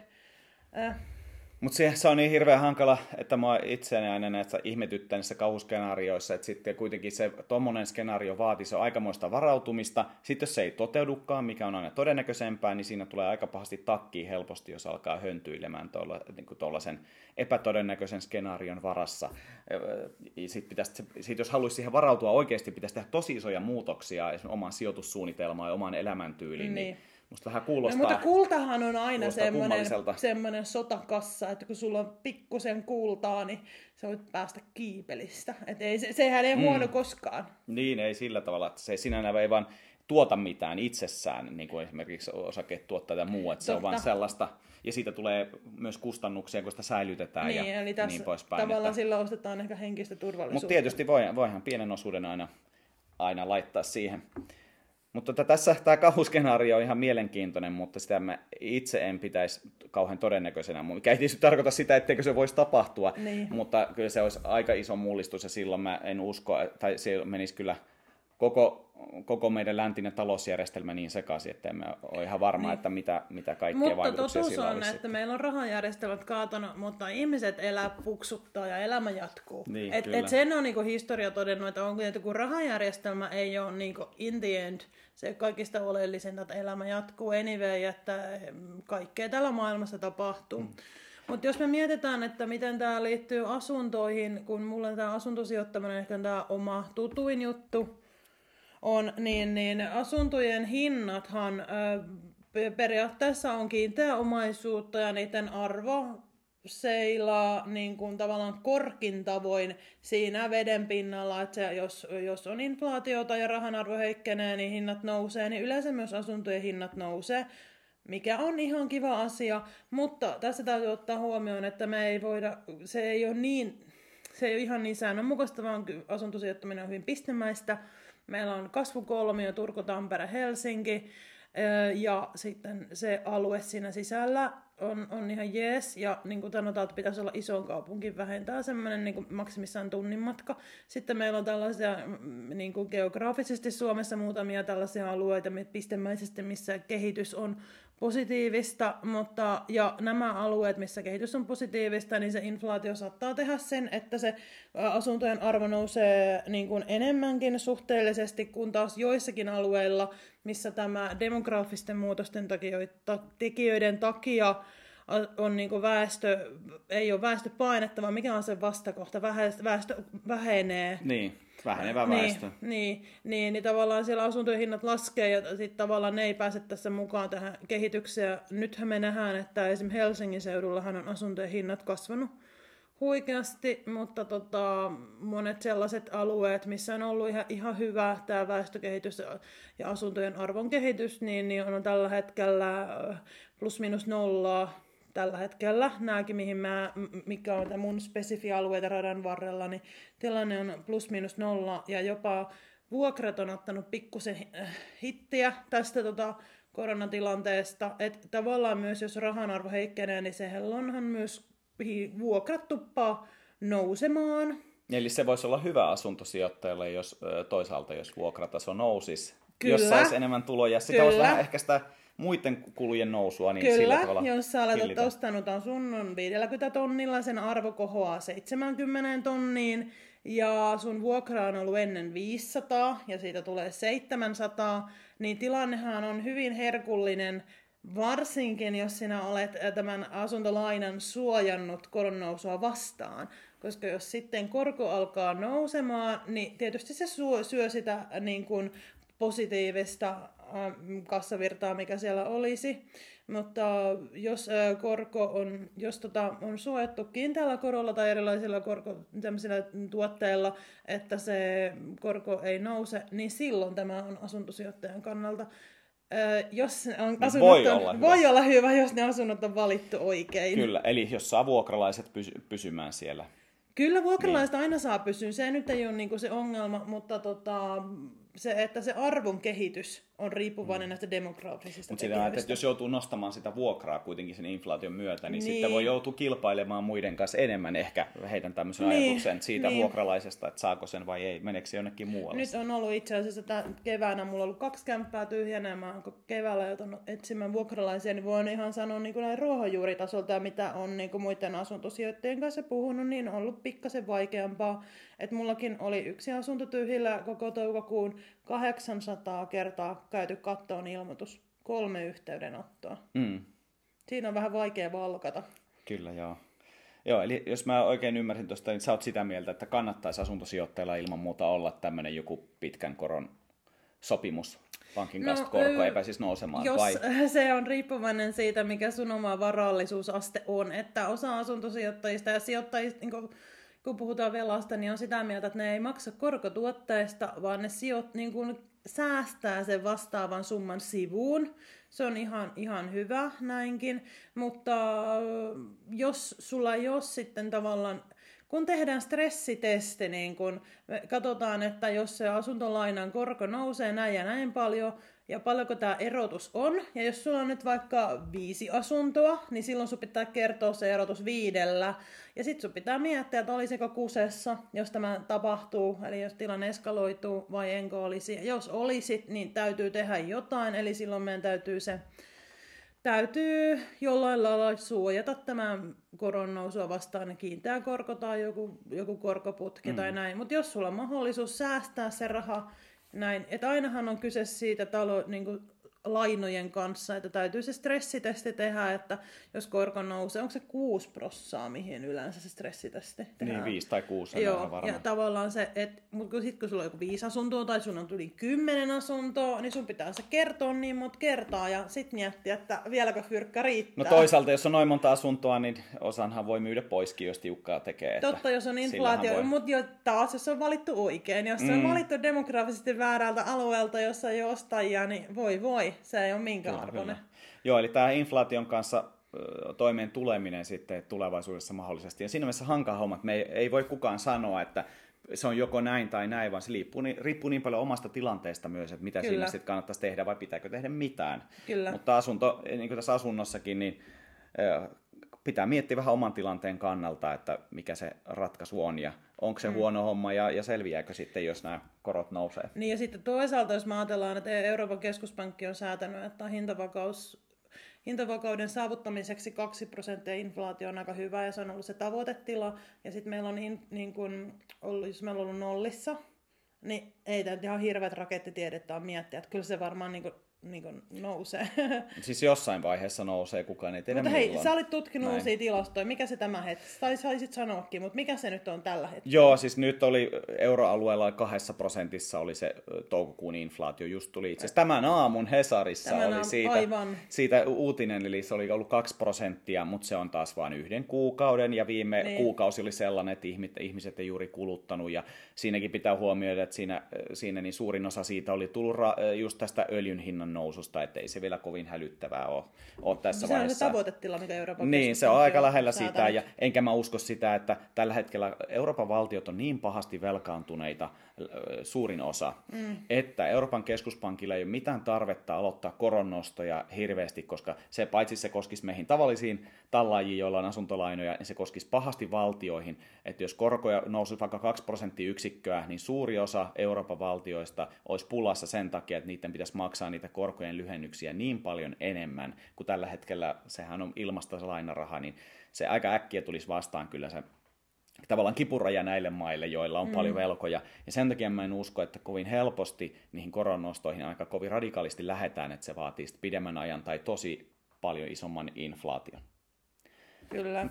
Mutta se on niin hirveän hankala, että mä itseäni aina näissä ihmetyttää niissä kauhuskenaarioissa, että sitten kuitenkin se tommonen skenaario vaatii se aikamoista varautumista. Sitten jos se ei toteudukaan, mikä on aina todennäköisempää, niin siinä tulee aika pahasti takkiin helposti, jos alkaa höntyilemään tuollaisen epätodennäköisen skenaarion varassa. Sitten jos haluaisi siihen varautua oikeasti, pitäisi tehdä tosi isoja muutoksia esimerkiksi omaan sijoitussuunnitelmaan ja omaan elämäntyyliin. Niin. Musta vähän kuulostaa... No, mutta kultahan on aina semmoinen sotakassa, että kun sulla on pikkusen kultaa, niin sä voit päästä kiipelistä. Että sehän ei huono koskaan. Niin, ei sillä tavalla, että se sinänsä ei vaan tuota mitään itsessään, niin kuin esimerkiksi osakeet tuottaa ja muu, että se on vaan sellaista, ja siitä tulee myös kustannuksia, kun sitä säilytetään niin, ja eli tässä niin poispäin. Tavallaan sillä ostetaan ehkä henkistä turvallisuutta. Mutta tietysti voihan pienen osuuden aina laittaa siihen. Mutta tässä tämä kauhuskenaario on ihan mielenkiintoinen, mutta sitä mä itse en pitäisi kauhean todennäköisenä. Mikä ei tietysti tarkoita sitä, etteikö se voisi tapahtua, mutta kyllä se olisi aika iso mullistus ja silloin mä en usko, tai se menisi kyllä koko meidän läntinen talousjärjestelmä niin sekaisin, että emme ole ihan varma, että mitä kaikkea vaikutuksia sillä olisi. Mutta totuus on, että meillä on rahajärjestelmät kaatunut, mutta ihmiset elää puksuttaa ja elämä jatkuu. Niin, et sen on niinku historia todennut, että kun rahajärjestelmä ei ole niinku in the end se kaikista oleellisinta, että elämä jatkuu anyway, että kaikkea tällä maailmassa tapahtuu. Mutta jos me mietitään, että miten tämä liittyy asuntoihin, kun mulla on tämä asuntosijoittaminen ehkä tämä oma tutuin juttu, on, niin asuntojen hinnathan periaatteessa on kiinteä omaisuutta ja niiden arvo seilaa niin kuin tavallaan korkin tavoin siinä veden pinnalla, että jos on inflaatiota ja rahan arvo heikkenee, niin hinnat nousee, niin yleensä myös asuntojen hinnat nousee, mikä on ihan kiva asia, mutta tässä täytyy ottaa huomioon, että me ei voida, se ei ole ihan niin säännönmukaista, vaan asuntosijoittaminen on hyvin pistemäistä. Meillä on kasvukolmio Turku, Tampere, Helsinki ja sitten se alue siinä sisällä on ihan jees. Ja niin kuin sanotaan, että pitäisi olla ison kaupunki vähentää semmoinen niin kuin maksimissaan tunnin matka. Sitten meillä on tällaisia niin kuin geograafisesti Suomessa muutamia tällaisia alueita pistemäisesti, missä kehitys on positiivista, ja nämä alueet, missä kehitys on positiivista, niin se inflaatio saattaa tehdä sen, että se asuntojen arvo nousee niin kuin enemmänkin suhteellisesti, kun taas joissakin alueilla, missä tämä demografisten muutosten tekijöiden takia on niin kuin ei ole väestöpainetta, vaan mikä on se vastakohta, väestö vähenee. Niin, vähenevä väestö. Niin tavallaan siellä asuntojen hinnat laskee ja sitten tavallaan ne ei pääse tässä mukaan tähän kehitykseen. Nythän me nähdään, että esimerkiksi Helsingin seudullahan on asuntojen hinnat kasvanut huikeasti, mutta monet sellaiset alueet, missä on ollut ihan hyvä tämä väestökehitys ja asuntojen arvon kehitys, niin on tällä hetkellä plus minus nollaa. Tällä hetkellä nämäkin, mikä on mun spesifialueita radan varrella, niin tilanne on plus minus nolla ja jopa vuokrat on ottanut pikkusen hittiä tästä koronatilanteesta. Että tavallaan myös jos rahan arvo heikkenee, niin onhan myös vuokrat tuppaa nousemaan. Eli se voisi olla hyvä asuntosijoittajalle, jos toisaalta jos vuokrataso nousisi, Kyllä. jos saisi enemmän tuloja. Sitä olisi vähän ehkä sitä muiden kulujen nousua, niin sillä tavalla jos sä olet ostanut asunnon 50 tonnilla, sen arvo kohoaa 70 tonniin, ja sun vuokra on ollut ennen 500, ja siitä tulee 700, niin tilannehan on hyvin herkullinen, varsinkin jos sinä olet tämän asuntolainan suojannut koronnousua vastaan. Koska jos sitten korko alkaa nousemaan, niin tietysti se syö sitä niin kuin positiivista kassavirtaa, mikä siellä olisi. Mutta jos korko on suojattu kiinteällä korolla tai erilaisilla tuotteilla, että se korko ei nouse, niin silloin tämä on asuntosijoittajan kannalta. Voi olla hyvä, jos ne asunnot on valittu oikein. Kyllä, eli jos saa vuokralaiset pysymään siellä. Kyllä vuokralaiset aina saa pysyä, se nyt ei ole niinku se ongelma, mutta että se arvon kehitys on riippuvainen näistä demografisista tekijöistä. Mutta että jos joutuu nostamaan sitä vuokraa kuitenkin sen inflaation myötä, niin sitten voi joutua kilpailemaan muiden kanssa enemmän. Ehkä heitän tämmöisen ajatuksen siitä vuokralaisesta, että saako sen vai ei, meneekö se jonnekin muualle. Nyt on ollut itse asiassa keväänä, mulla on ollut 2 kämppää tyhjänä, ja mä oon keväällä joutunut etsimään vuokralaisia, niin voin ihan sanoa niin kuin näin ruohonjuuritasolta, ja mitä on niin kuin muiden asuntosijoittajien kanssa puhunut, niin on ollut pikkasen vaikeampaa. Että mullakin oli 1 asunto tyhjillä koko toukokuun, 800 kertaa käyty kattoon ilmoitus, 3 yhteydenottoa. Siinä on vähän vaikea valkata. Kyllä, joo. Joo, eli jos mä oikein ymmärsin tuosta, niin sä oot sitä mieltä, että kannattaisi asuntosijoittajilla ilman muuta olla tämmöinen joku pitkän koron sopimus pankin kanssa, korko ei pääsisi nousemaan. Jos se on riippuvainen siitä, mikä sun oma varallisuusaste on, että osa asuntosijoittajista ja sijoittajista, kun puhutaan velasta, niin on sitä mieltä, että ne ei maksa korkotuotteista, vaan ne säästää sen vastaavan summan sivuun. Se on ihan hyvä näinkin, mutta jos sulla ei ole sitten tavallaan, kun tehdään stressitesti, niin kun katsotaan, että jos se asuntolainan korko nousee näin ja näin paljon, ja paljonko tämä erotus on, ja jos sulla on nyt vaikka 5 asuntoa, niin silloin sun pitää kertoa se erotus 5, ja sitten sun pitää miettiä, että olisiko kusessa, jos tämä tapahtuu, eli jos tilanne eskaloituu vai enkö olisi. Ja jos olisit, niin täytyy tehdä jotain, eli silloin meidän täytyy jollain lailla suojata tämän koron nousua vastaan kiinteä korko tai joku korkoputki tai näin. Mutta jos sulla on mahdollisuus säästää se raha näin, että ainahan on kyse siitä lainojen kanssa, että täytyy se stressitesti tehdä, että jos korko nousee, onko se 6%, mihin yleensä se stressitesti tehdään? Niin, 5 tai 6 Joo, on varmaan. Ja tavallaan se, että sitten kun sulla on joku 5 asuntoa tai sun on yli 10 asuntoa, niin sun pitää se kertoa niin monta kertaa ja sitten miettiä, että vieläkö fyrkkä riittää. No toisaalta, jos on noin monta asuntoa, niin osanhan voi myydä poiskin, jos tiukkaa tekee. Totta, jos on inflaatio, mutta taas jos on valittu oikein, jos on valittu demografisesti väärältä alueelta, jossa ei ole ostajia, niin voi, se ei ole minkään arvoinen. Joo, eli tämä inflaation kanssa toimeen tuleminen sitten tulevaisuudessa mahdollisesti. Ja siinä mielessä hankala homma, että me ei voi kukaan sanoa, että se on joko näin tai näin, vaan se riippuu niin paljon omasta tilanteesta myös, että mitä siinä sitten kannattaisi tehdä vai pitääkö tehdä mitään. Kyllä. Mutta niin kuin tässä asunnossakin, niin pitää miettiä vähän oman tilanteen kannalta, että mikä se ratkaisu on ja onko se huono homma ja selviääkö sitten, jos nämä korot nousee. Niin ja sitten toisaalta, jos me ajatellaan, että Euroopan keskuspankki on säätänyt, että hintavakauden saavuttamiseksi 2% inflaatio on aika hyvä ja se on ollut se tavoitetila. Ja sitten meillä on jos meillä on ollut nollissa, niin ei tämä ihan hirveät rakettitiedettä miettiä, että kyllä se varmaan niin kuin nousee. Siis jossain vaiheessa nousee, kukaan ei tiedä. Mutta hei, sä olit tutkinut uusia tilastoja. Mikä se tämä hetki? Tai saisit sanoakin, mutta mikä se nyt on tällä hetkellä? Joo, siis nyt oli euroalueella 2% oli se toukokuun inflaatio. Just tuli itse asiassa tämän aamun Hesarissa oli siitä uutinen, eli se oli ollut 2%, mutta se on taas vain 1 kuukauden. Ja viime kuukausi oli sellainen, että ihmiset ei juuri kuluttanut. Ja siinäkin pitää huomioida, että siinä niin suurin osa siitä oli tullut just tästä öljyn hinnan noususta, ettei se vielä kovin hälyttävää ole tässä vaiheessa. Se on se tavoitetila, mikä Euroopan Niin, se on aika lähellä sitä, ja enkä mä usko sitä, että tällä hetkellä Euroopan valtiot on niin pahasti velkaantuneita, suurin osa, että Euroopan keskuspankilla ei ole mitään tarvetta aloittaa koronnostoja hirveästi, koska paitsi se koskisi meihin tavallisiin tallaajiin, joilla on asuntolainoja, niin se koskisi pahasti valtioihin, että jos korkoja nousisi vaikka 2%, niin suuri osa Euroopan valtioista olisi pulassa sen takia, että niiden pitäisi maksaa niitä korkojen lyhennyksiä niin paljon enemmän, kuin tällä hetkellä sehän on ilmasta se lainaraha, niin se aika äkkiä tulisi vastaan kyllä se tavallaan kipuraja näille maille, joilla on paljon velkoja. Ja sen takia mä en usko, että kovin helposti niihin koronnostoihin aika kovin radikaalisti lähdetään, että se vaatii pidemmän ajan tai tosi paljon isomman inflaation. Kyllä.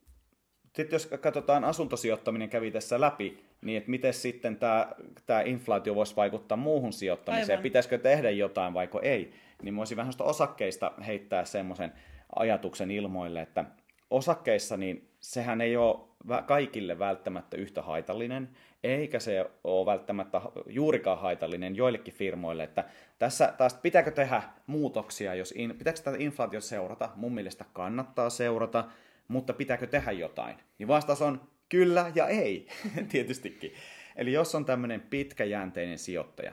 Sitten jos katsotaan asuntosijoittaminen kävi tässä läpi, niin että miten sitten tämä inflaatio voisi vaikuttaa muuhun sijoittamiseen, aivan. Pitäisikö tehdä jotain vaiko ei, niin mä voisin vähän osakkeista heittää semmoisen ajatuksen ilmoille, että osakkeissa niin sehän ei ole kaikille välttämättä yhtä haitallinen, eikä se ole välttämättä juurikaan haitallinen joillekin firmoille, että tässä taas pitääkö tehdä muutoksia, pitääkö tätä inflaatiota seurata, mun mielestä kannattaa seurata, mutta pitääkö tehdä jotain? Niin vastaus on kyllä ja ei, tietystikin. Eli jos on tämmöinen pitkäjänteinen sijoittaja,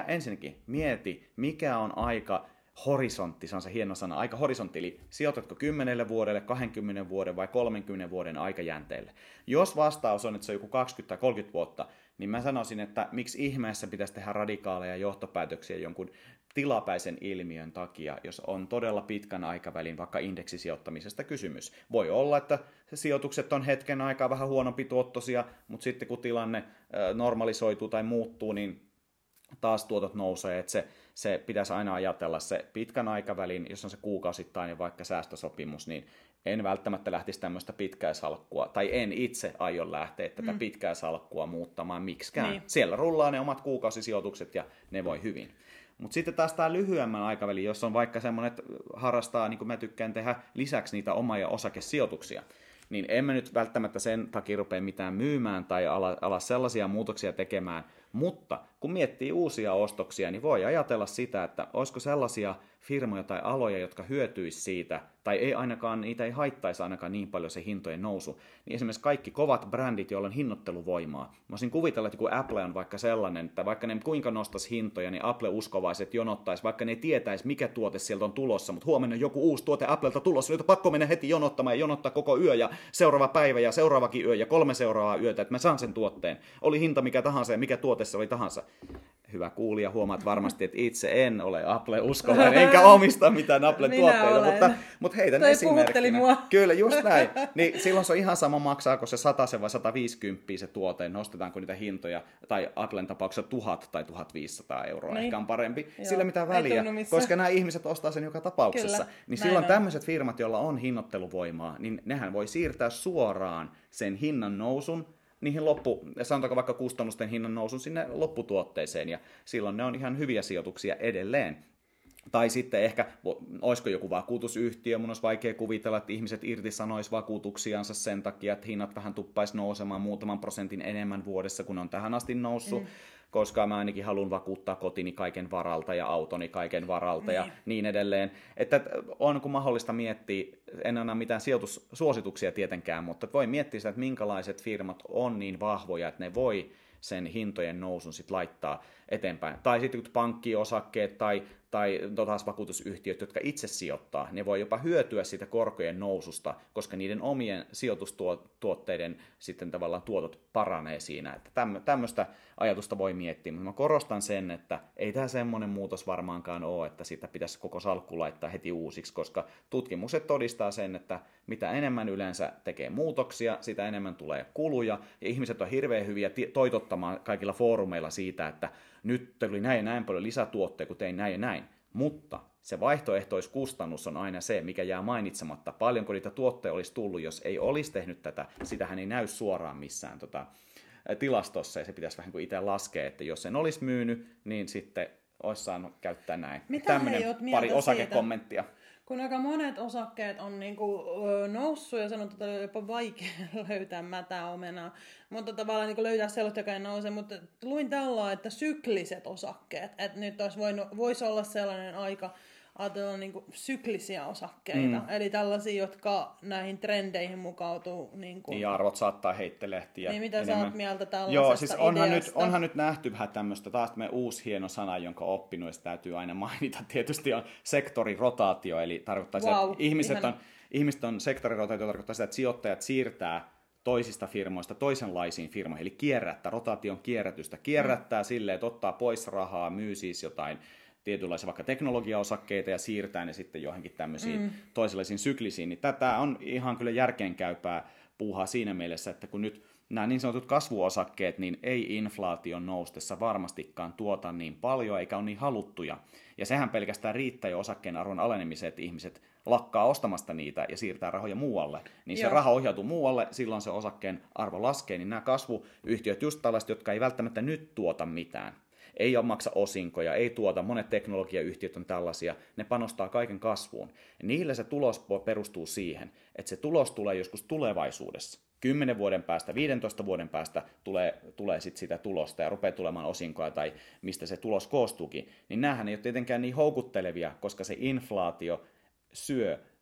mieti, mikä on aika horisontti, se on se hieno sana, aika horisontti, eli sijoitatko 10 vuodelle, 20 vuoden vai 30 vuoden aikajänteelle. Jos vastaus on, että se on joku 20 tai 30 vuotta, niin mä sanoisin, että miksi ihmeessä pitäisi tehdä radikaaleja johtopäätöksiä jonkun tilapäisen ilmiön takia, jos on todella pitkän aikavälin vaikka indeksisijoittamisesta kysymys. Voi olla, että sijoitukset on hetken aikaa vähän huonompi tuottoisia, mutta sitten kun tilanne normalisoituu tai muuttuu, niin taas tuotot nousee, että se pitäisi aina ajatella se pitkän aikavälin, jos on se kuukausittainen vaikka säästösopimus, niin en välttämättä lähtisi tämmöistä pitkää salkkua, tai en itse aio lähteä tätä pitkää salkkua muuttamaan miksikään. Niin. Siellä rullaa ne omat kuukausisijoitukset ja ne voi hyvin. Mutta sitten taas tämä lyhyemmän aikavälin, jos on vaikka semmoinen, että harrastaa, niin kuin mä tykkään tehdä lisäksi niitä ja osakesijoituksia, niin emme nyt välttämättä sen takia rupea mitään myymään tai ala sellaisia muutoksia tekemään, mutta kun miettii uusia ostoksia, niin voi ajatella sitä, että olisiko sellaisia firmoja tai aloja, jotka hyötyisi siitä, tai ei ainakaan, niitä ei haittaisi ainakaan niin paljon se hintojen nousu, niin esimerkiksi kaikki kovat brändit, joilla on hinnoitteluvoimaa. Mä voisin kuvitella, että kun Apple on vaikka sellainen, että vaikka ne kuinka nostaisi hintoja, niin Apple-uskovaiset jonottaisi, vaikka ne ei tietäisi, mikä tuote sieltä on tulossa, mutta huomenna on joku uusi tuote Applelta tulossa, nyt on pakko mennä heti jonottamaan ja jonottaa koko yö ja seuraava päivä ja seuraavakin yö ja 3 seuraavaa yötä, että mä saan sen tuotteen. Oli hinta mikä tahansa ja mikä tuote se oli tahansa. Hyvä kuulija, huomaat varmasti, että itse en ole Apple-uskovainen, enkä omista mitään Apple-tuotteita, mutta heitän esimerkkinä. Mua. Kyllä, just näin. Niin silloin se on ihan sama, maksaako se 100 vai 150 se tuote, nostetaanko niitä hintoja, tai Applen tapauksessa 1000 tai 1500 euroa, niin. Ehkä on parempi. Joo. Sillä mitään väliä, koska nämä ihmiset ostaa sen joka tapauksessa. Kyllä, niin silloin tämmöiset firmat, joilla on hinnoitteluvoimaa, niin nehän voi siirtää suoraan sen hinnan nousun niihin sanotaanko vaikka kustannusten hinnan nousun sinne lopputuotteeseen, ja silloin ne on ihan hyviä sijoituksia edelleen. Tai sitten ehkä, olisiko joku vakuutusyhtiö, mun olisi vaikea kuvitella, että ihmiset irtisanois vakuutuksiansa sen takia, että hinnat vähän tuppaisi nousemaan muutaman prosentin enemmän vuodessa, kun on tähän asti noussut. Koska mä ainakin haluan vakuuttaa kotini kaiken varalta ja autoni kaiken varalta ja niin edelleen. Että on kun mahdollista miettiä, en anna mitään sijoitussuosituksia tietenkään, mutta voi miettiä sitä, että minkälaiset firmat on niin vahvoja, että ne voi sen hintojen nousun sit laittaa eteenpäin. Tai sitten pankkiosakkeet tai taas vakuutusyhtiöt, jotka itse sijoittaa, ne voi jopa hyötyä siitä korkojen noususta, koska niiden omien sijoitustuotteiden sitten tavallaan tuotot paranee siinä. Että tämmöistä ajatusta voi miettiä, mutta mä korostan sen, että ei tämä semmoinen muutos varmaankaan ole, että sitä pitäisi koko salkku laittaa heti uusiksi, koska tutkimukset todistaa sen, että mitä enemmän yleensä tekee muutoksia, sitä enemmän tulee kuluja, ja ihmiset on hirveän hyviä toitottamaan kaikilla foorumeilla siitä, että nyt tuli näin ja näin paljon lisätuotteita, kun tein näin ja näin. Mutta se vaihtoehtoiskustannus on aina se, mikä jää mainitsematta. Paljonko niitä tuotteita olisi tullut, jos ei olisi tehnyt tätä. Sitähän ei näy suoraan missään tilastossa, ja se pitäisi vähän kuin itse laskea, että jos en olisi myynyt, niin sitten olisi saanut käyttää näin. Tämmöinen pari osakekommenttia. Kun aika monet osakkeet on niinku noussut ja sanottu, että on jopa vaikea löytää mätää omenaa, mutta tavallaan niinku löytää sellaista, joka ei nouse. Mutta luin tällä, että sykliset osakkeet, että nyt voisi olla sellainen aika, ajatella niinku syklisiä osakkeita, eli tällaisia, jotka näihin trendeihin mukautuu. Niinku. Niin, arvot saattaa heittelehtiä. Niin, mitä sä oot mieltä tällaisesta Joo, siis onhan nyt nähty vähän tämmöistä, taas tämmöinen uusi hieno sana, jonka oppinut, ja täytyy aina mainita, tietysti on sektorirotaatio, eli tarkoittaa sitä, että ihmiset on sektorirotaatio, tarkoittaa sitä, että sijoittajat siirtää toisista firmoista toisenlaisiin firmoihin, eli rotaation kierrätystä, kierrättää silleen, että ottaa pois rahaa, myy siis jotain tietynlaisia vaikka teknologiaosakkeita ja siirtää ne sitten johonkin tämmöisiin toisenlaisiin syklisiin, niin tätä on ihan kyllä järkeenkäypää puuhaa siinä mielessä, että kun nyt nämä niin sanotut kasvuosakkeet, niin ei inflaation noustessa varmastikaan tuota niin paljon, eikä ole niin haluttuja. Ja sehän pelkästään riittää jo osakkeen arvon alenemiseen, että ihmiset lakkaa ostamasta niitä ja siirtää rahoja muualle. Niin se raha ohjautuu muualle, silloin se osakkeen arvo laskee, niin nämä kasvuyhtiöt, just tällaiset, jotka ei välttämättä nyt tuota mitään, ei ole maksa osinkoja, ei tuota, monet teknologiayhtiöt on tällaisia, ne panostaa kaiken kasvuun. Ja niillä se tulos perustuu siihen, että se tulos tulee joskus tulevaisuudessa. 10 vuoden päästä, 15 vuoden päästä tulee sit sitä tulosta ja rupeaa tulemaan osinkoja tai mistä se tulos koostuukin. Niin näähän ei ole tietenkään niin houkuttelevia, koska se inflaatio syö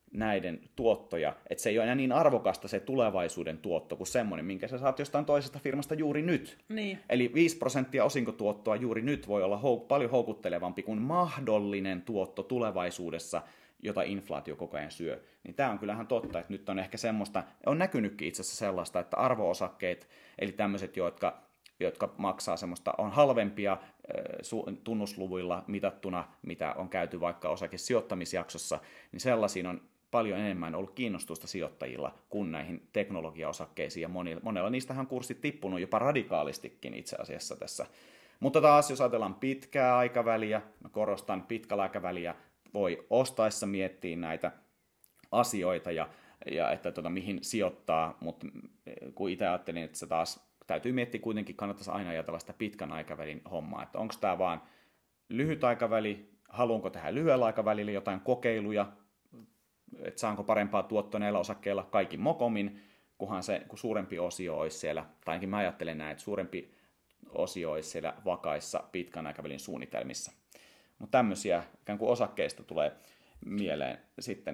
näiden tuottoja, että se ei ole enää niin arvokasta se tulevaisuuden tuotto kuin semmoinen, minkä sä saat jostain toisesta firmasta juuri nyt. Niin. Eli 5% osinkotuottoa juuri nyt voi olla paljon houkuttelevampi kuin mahdollinen tuotto tulevaisuudessa, jota inflaatio koko ajan syö. Niin tämä on kyllähän totta, että nyt on ehkä semmoista, on näkynytkin itse asiassa sellaista, että arvo-osakkeet, eli tämmöiset, jotka maksaa semmoista, on halvempia tunnusluvuilla mitattuna, mitä on käyty vaikka osakesijoittamisjaksossa, niin sellaisiin on paljon enemmän ollut kiinnostusta sijoittajilla kuin näihin teknologiaosakkeisiin, ja monella niistähän on kurssit tippunut jopa radikaalistikin itse asiassa tässä. Mutta taas, jos ajatellaan pitkää aikaväliä, mä korostan pitkällä aikaväliä, voi ostaessa miettiä näitä asioita ja että mihin sijoittaa, mutta kun itse ajattelin, että se taas täytyy miettiä kuitenkin, kannattaisi aina ajatella sitä pitkän aikavälin hommaa, että onko tämä vaan lyhyt aikaväli, haluanko tehdä lyhyellä aikavälillä jotain kokeiluja, että saanko parempaa tuottoa näillä osakkeilla kaikin mokomin, kun suurempi osio olisi siellä, tai ainakin mä ajattelen näin, että suurempi osio olisi siellä vakaissa pitkän aikavälin suunnitelmissa. Mutta tämmöisiä ikään kuin osakkeista tulee mieleen sitten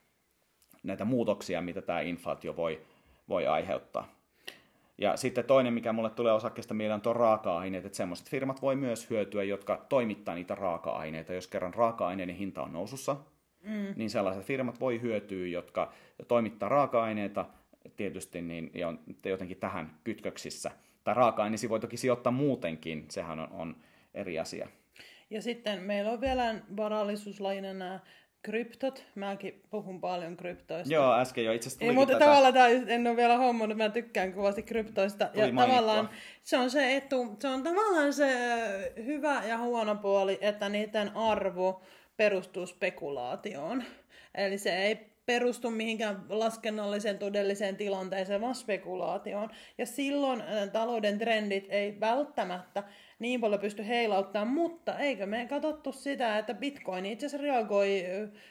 näitä muutoksia, mitä tämä inflaatio voi aiheuttaa. Ja sitten toinen, mikä mulle tulee osakkeesta mieleen, on raaka-aineet, että semmoiset firmat voi myös hyötyä, jotka toimittaa niitä raaka-aineita. Jos kerran raaka-aineiden hinta on nousussa, niin sellaiset firmat voi hyötyä, jotka toimittaa raaka-aineita tietysti niin, ja on jotenkin tähän kytköksissä. Tai raaka-aineisiin voi toki sijoittaa muutenkin, sehän on eri asia. Ja sitten meillä on vielä varallisuuslajina nämä kryptot. Mäkin puhun paljon kryptoista. Joo, äsken jo itse asiassa tuli mutta tavallaan en ole vielä hommannut, mä tykkään kovasti kryptoista. Tuli ja tavallaan se on se etu, se on tavallaan se hyvä ja huono puoli, että niiden arvo perustuu spekulaatioon. Eli se ei perustu mihinkään laskennalliseen todelliseen tilanteeseen, vaan spekulaatioon. Ja silloin talouden trendit ei välttämättä niin paljon pysty heilauttamaan, mutta eikö me katsottu sitä, että Bitcoin itse asiassa reagoi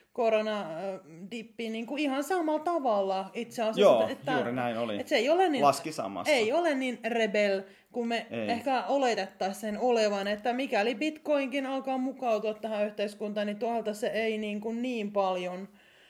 koronadippiin niin kuin ihan samalla tavalla itse asiassa. Joo, että, juuri näin oli. Että se ei ole niin, laski samassa. Ei ole niin rebel, kun me ehkä oletettaisiin sen olevan, että mikäli Bitcoinkin alkaa mukautua tähän yhteiskuntaan, niin tuolta se ei niin paljon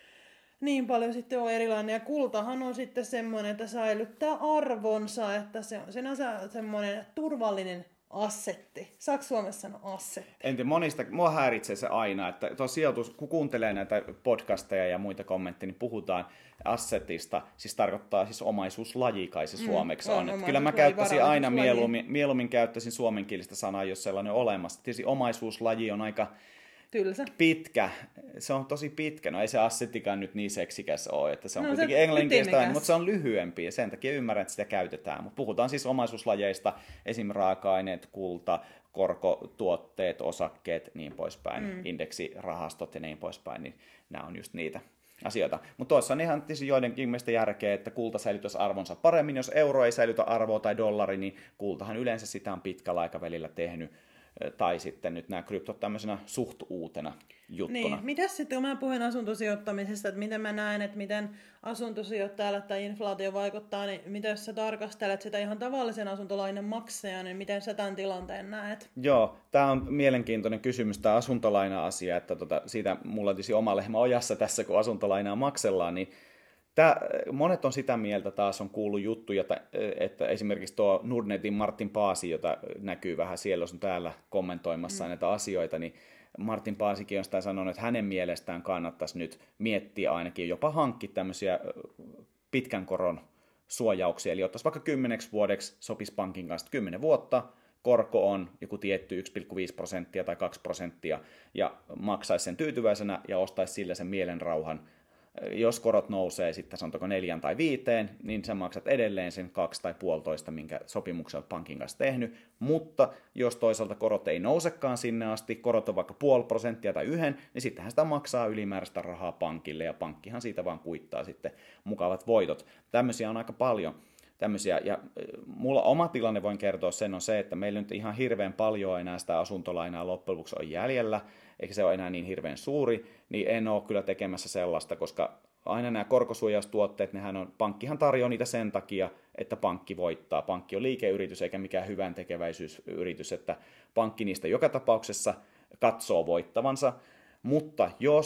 sitten on erilainen. Ja kultahan on sitten semmoinen, että säilyttää arvonsa, että se on sinänsä semmoinen turvallinen assetti. Saako Suomessa sanoa assetti? En tiedä, mua häiritsee se aina, että tuo sijoitus, kun kuuntelee näitä podcasteja ja muita kommentteja, niin puhutaan assetista, siis tarkoittaa siis omaisuuslaji kai se suomeksi on. Että kyllä mä käyttäisin aina mieluummin käyttäisin suomenkielistä sanaa, jos sellainen on olemassa. Tietysti omaisuuslaji on aika tylsä. Pitkä. Se on tosi pitkä. No ei se assettikaan nyt niin seksikäs ole, että se on kuitenkin englanninkielistä, mutta se on lyhyempi ja sen takia ymmärrän, että sitä käytetään. Mutta puhutaan siis omaisuuslajeista, esim. Raaka-aineet, kulta, korkotuotteet, osakkeet, niin poispäin, indeksirahastot ja niin poispäin, niin nämä on just niitä asioita. Mutta tuossa on ihan joidenkin mielestä järkeä, että kulta säilytäisi arvonsa paremmin. Jos euro ei säilytä arvoa tai dollari, niin kultahan yleensä sitä on pitkällä aikavälillä tehnyt. Tai sitten nyt nämä kryptot tämmöisenä suht uutena juttuna. Niin, mitäs sitten, kun mä puhun asuntosijoittamisesta, että miten mä näen, että miten asuntosijoittajalle tai inflaatio vaikuttaa, niin mitä jos sä tarkastelet sitä ihan tavallisen asuntolainan maksajan, niin miten sä tämän tilanteen näet? Joo, tämä on mielenkiintoinen kysymys, tämä asuntolaina-asia, että siitä mulla on tietysti oma lehmä ojassa tässä, kun asuntolainaa maksellaan, niin monet on sitä mieltä, taas on kuullut juttuja, että esimerkiksi tuo Nordnetin Martin Paasi, jota näkyy vähän siellä, jos on täällä kommentoimassa näitä asioita, niin Martin Paasikin on sitä sanonut, että hänen mielestään kannattaisi nyt miettiä ainakin jopa hankkia tämmöisiä pitkän koron suojauksia, eli ottaisi vaikka 10 vuodeksi, sopisi pankin kanssa 10 vuotta, korko on joku tietty 1,5% tai 2% ja maksaisi sen tyytyväisenä ja ostaisi sillä sen mielenrauhan. Jos korot nousee sitten sanotaanko 4 tai 5, niin sä maksat edelleen sen 2 tai 1,5, minkä sopimuksen olet pankin kanssa tehnyt. Mutta jos toisaalta korot ei nousekaan sinne asti, korot on vaikka 0,5% tai 1, niin sittenhän sitä maksaa ylimääräistä rahaa pankille ja pankkihan siitä vaan kuittaa sitten mukavat voitot. Tämmöisiä on aika paljon. Ja mulla oma tilanne voin kertoa sen on se, että meillä nyt ihan hirveän paljon enää sitä asuntolainaa loppujen lopuksi on jäljellä, eikä se ole enää niin hirveän suuri, niin en ole kyllä tekemässä sellaista, koska aina nämä korkosuojaustuotteet, pankkihan tarjoaa niitä sen takia, että pankki voittaa. Pankki on liikeyritys eikä mikään hyvän tekeväisyysyritys, että pankki niistä joka tapauksessa katsoo voittavansa, mutta jos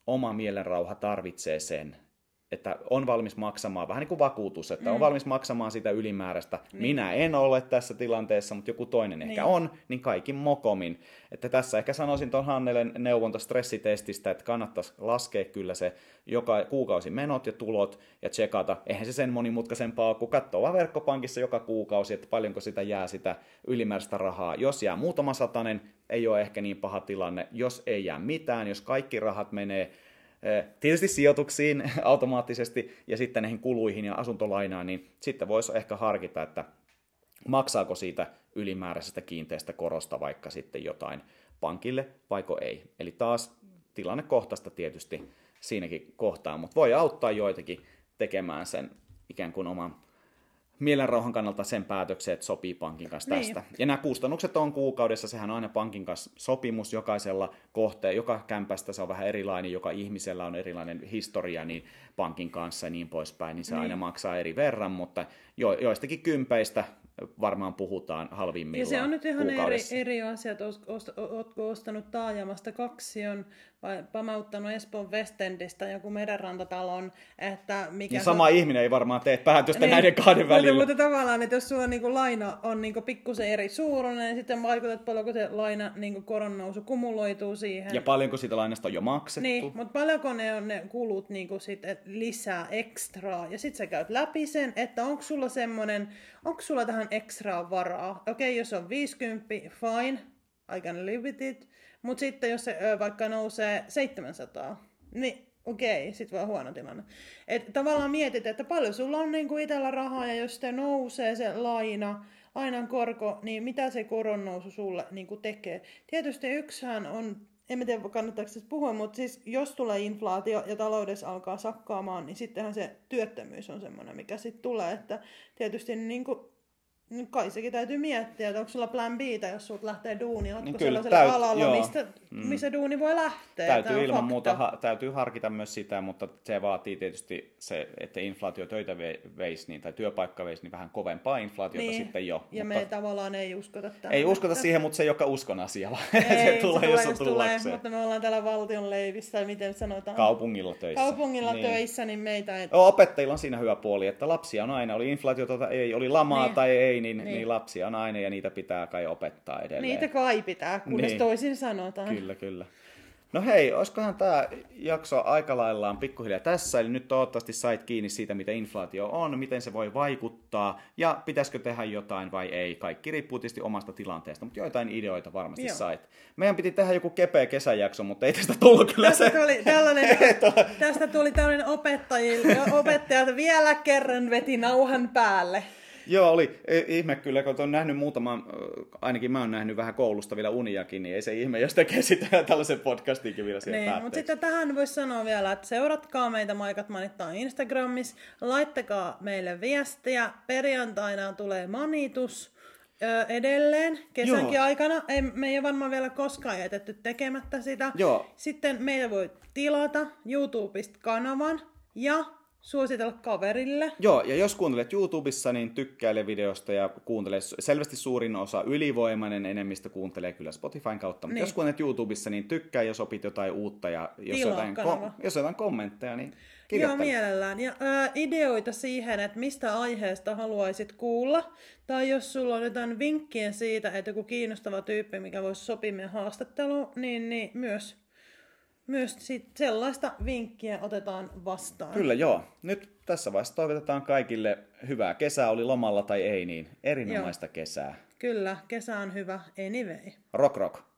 oma mielenrauha tarvitsee sen, että on valmis maksamaan, vähän niin kuin vakuutus, että on valmis maksamaan sitä ylimääräistä. Minä en ole tässä tilanteessa, mutta joku toinen ehkä on, niin kaikin mokomin. Että tässä ehkä sanoisin tuon Hannelen neuvonta stressitestistä, että kannattaisi laskea kyllä se joka kuukausi menot ja tulot ja tsekata. Eihän se sen monimutkaisempaa ole, kun katsoo vaan verkkopankissa joka kuukausi, että paljonko sitä jää sitä ylimääräistä rahaa. Jos jää muutama satanen, ei ole ehkä niin paha tilanne. Jos ei jää mitään, jos kaikki rahat menee tietysti sijoituksiin automaattisesti ja sitten näihin kuluihin ja asuntolainaan, niin sitten voisi ehkä harkita, että maksaako siitä ylimääräisestä kiinteästä korosta vaikka sitten jotain pankille, vaiko ei. Eli taas tilannekohtaista tietysti siinäkin kohtaa, mutta voi auttaa joitakin tekemään sen ikään kuin oman mielenrauhan kannalta sen päätöksen, että sopii pankin kanssa tästä. Ja nämä kustannukset on kuukaudessa, sehän on aina pankin kanssa sopimus jokaisella kohteen, joka kämpästä se on vähän erilainen, joka ihmisellä on erilainen historia niin pankin kanssa ja niin poispäin, niin se aina maksaa eri verran, mutta joistakin kympeistä varmaan puhutaan halvimmillaan. Ja se on nyt ihan eri asia, että oletko ostanut taajamasta kaksion vai pamauttanut Espoon Westendistä joku merenrantatalon, että mikä... Niin sama ihminen ei varmaan tee päätöstä näiden kahden välillä. Mutta tavallaan, että jos sulla niinku laina on niinku pikkusen eri suuruinen, niin sitten vaikutat paljonko se laina niinku koronnousu kumuloituu siihen. Ja paljonko siitä lainasta on jo maksettu. Niin, mutta paljonko ne kulut niinku sit, lisää ekstraa. Ja sitten sä käyt läpi sen, että onko sulla tähän ekstraa varaa. Okei, jos on 50, fine, I can live with it. Mutta sitten jos se vaikka nousee 700, niin okei, sitten vaan huono tilanne. Et tavallaan mietit, että paljon sulla on niinku itsellä rahaa, ja jos se nousee se lainan korko, niin mitä se koron nousu sulle niinku tekee. Tietysti yksihän on, en tiedä kannattaako tästä puhua, mutta siis jos tulee inflaatio ja taloudessa alkaa sakkaamaan, niin sittenhän se työttömyys on semmoinen, mikä sitten tulee. Että tietysti niinku kai sekin täytyy miettiä, että onko sulla plan B:tä, jos sulta lähtee duuni, oletko sellaisella alalla, missä duuni voi lähteä. Täytyy ilman muuta täytyy harkita myös sitä, mutta se vaatii tietysti se, että inflaatio töitä veisi, niin, tai työpaikka veisi, niin vähän kovempaa inflaatiota niin, sitten jo. Ja mutta me tavallaan ei uskota tähän. Ei uskota siihen, mutta se ei olekaan uskon asialla. Se tulee, jos on tullakseen. Mutta me ollaan täällä valtion leivissä, tai miten sanotaan? Kaupungilla töissä. Töissä, niin meitä ei... Opettajilla on siinä hyvä puoli, että lapsia on aina, oli inflaatiota tai ei, oli lamaa tai ei, niin lapsia on aina ja niitä pitää kai opettaa edelleen. Niitä kai pitää, kunnes toisin sanotaan. Kyllä. No hei, olisikohan tämä jakso aika laillaan pikkuhiljaa tässä, eli nyt toivottavasti sait kiinni siitä, mitä inflaatio on, miten se voi vaikuttaa, ja pitäisikö tehdä jotain vai ei. Kaikki riippuu tietysti omasta tilanteesta, mutta joitain ideoita varmasti sait. Meidän piti tehdä joku kepeä kesäjakso, mutta ei tästä tullut kyllä tästä tuli tällainen opettajat vielä kerran veti nauhan päälle. Joo, oli ihme kyllä, kun on nähnyt muutaman, ainakin mä oon nähnyt vähän koulusta vielä uniakin, niin ei se ihme, jos tekee sitä tällaisen podcastinkin vielä siihen päätteeksi. Mutta sitten tähän voisi sanoa vielä, että seuratkaa meitä Maikat manittaa Instagramissa, laittakaa meille viestiä, perjantaina tulee manitus edelleen kesänkin aikana, me ei varmaan vielä koskaan jätetty tekemättä sitä. Joo. Sitten meitä voi tilata YouTubesta kanavan ja suositella kaverille. Joo, ja jos kuuntelet YouTubessa, niin tykkäile videosta ja kuuntele. Selvästi suurin osa, ylivoimainen enemmistö kuuntelee kyllä Spotifyn kautta. Mutta jos kuuntelet YouTubessa, niin tykkää, jos opit jotain uutta ja jos jotain kommentteja, niin kirjoittele. Joo, mielellään. Ja ideoita siihen, että mistä aiheesta haluaisit kuulla. Tai jos sulla on jotain vinkkiä siitä, että joku kiinnostava tyyppi, mikä voisi sopia meidän haastatteluun, niin myös sellaista vinkkiä otetaan vastaan. Kyllä, joo. Nyt tässä vaiheessa toivotetaan kaikille hyvää kesää, oli lomalla tai ei, niin erinomaista kesää. Kyllä, kesä on hyvä anyway. Rock rock.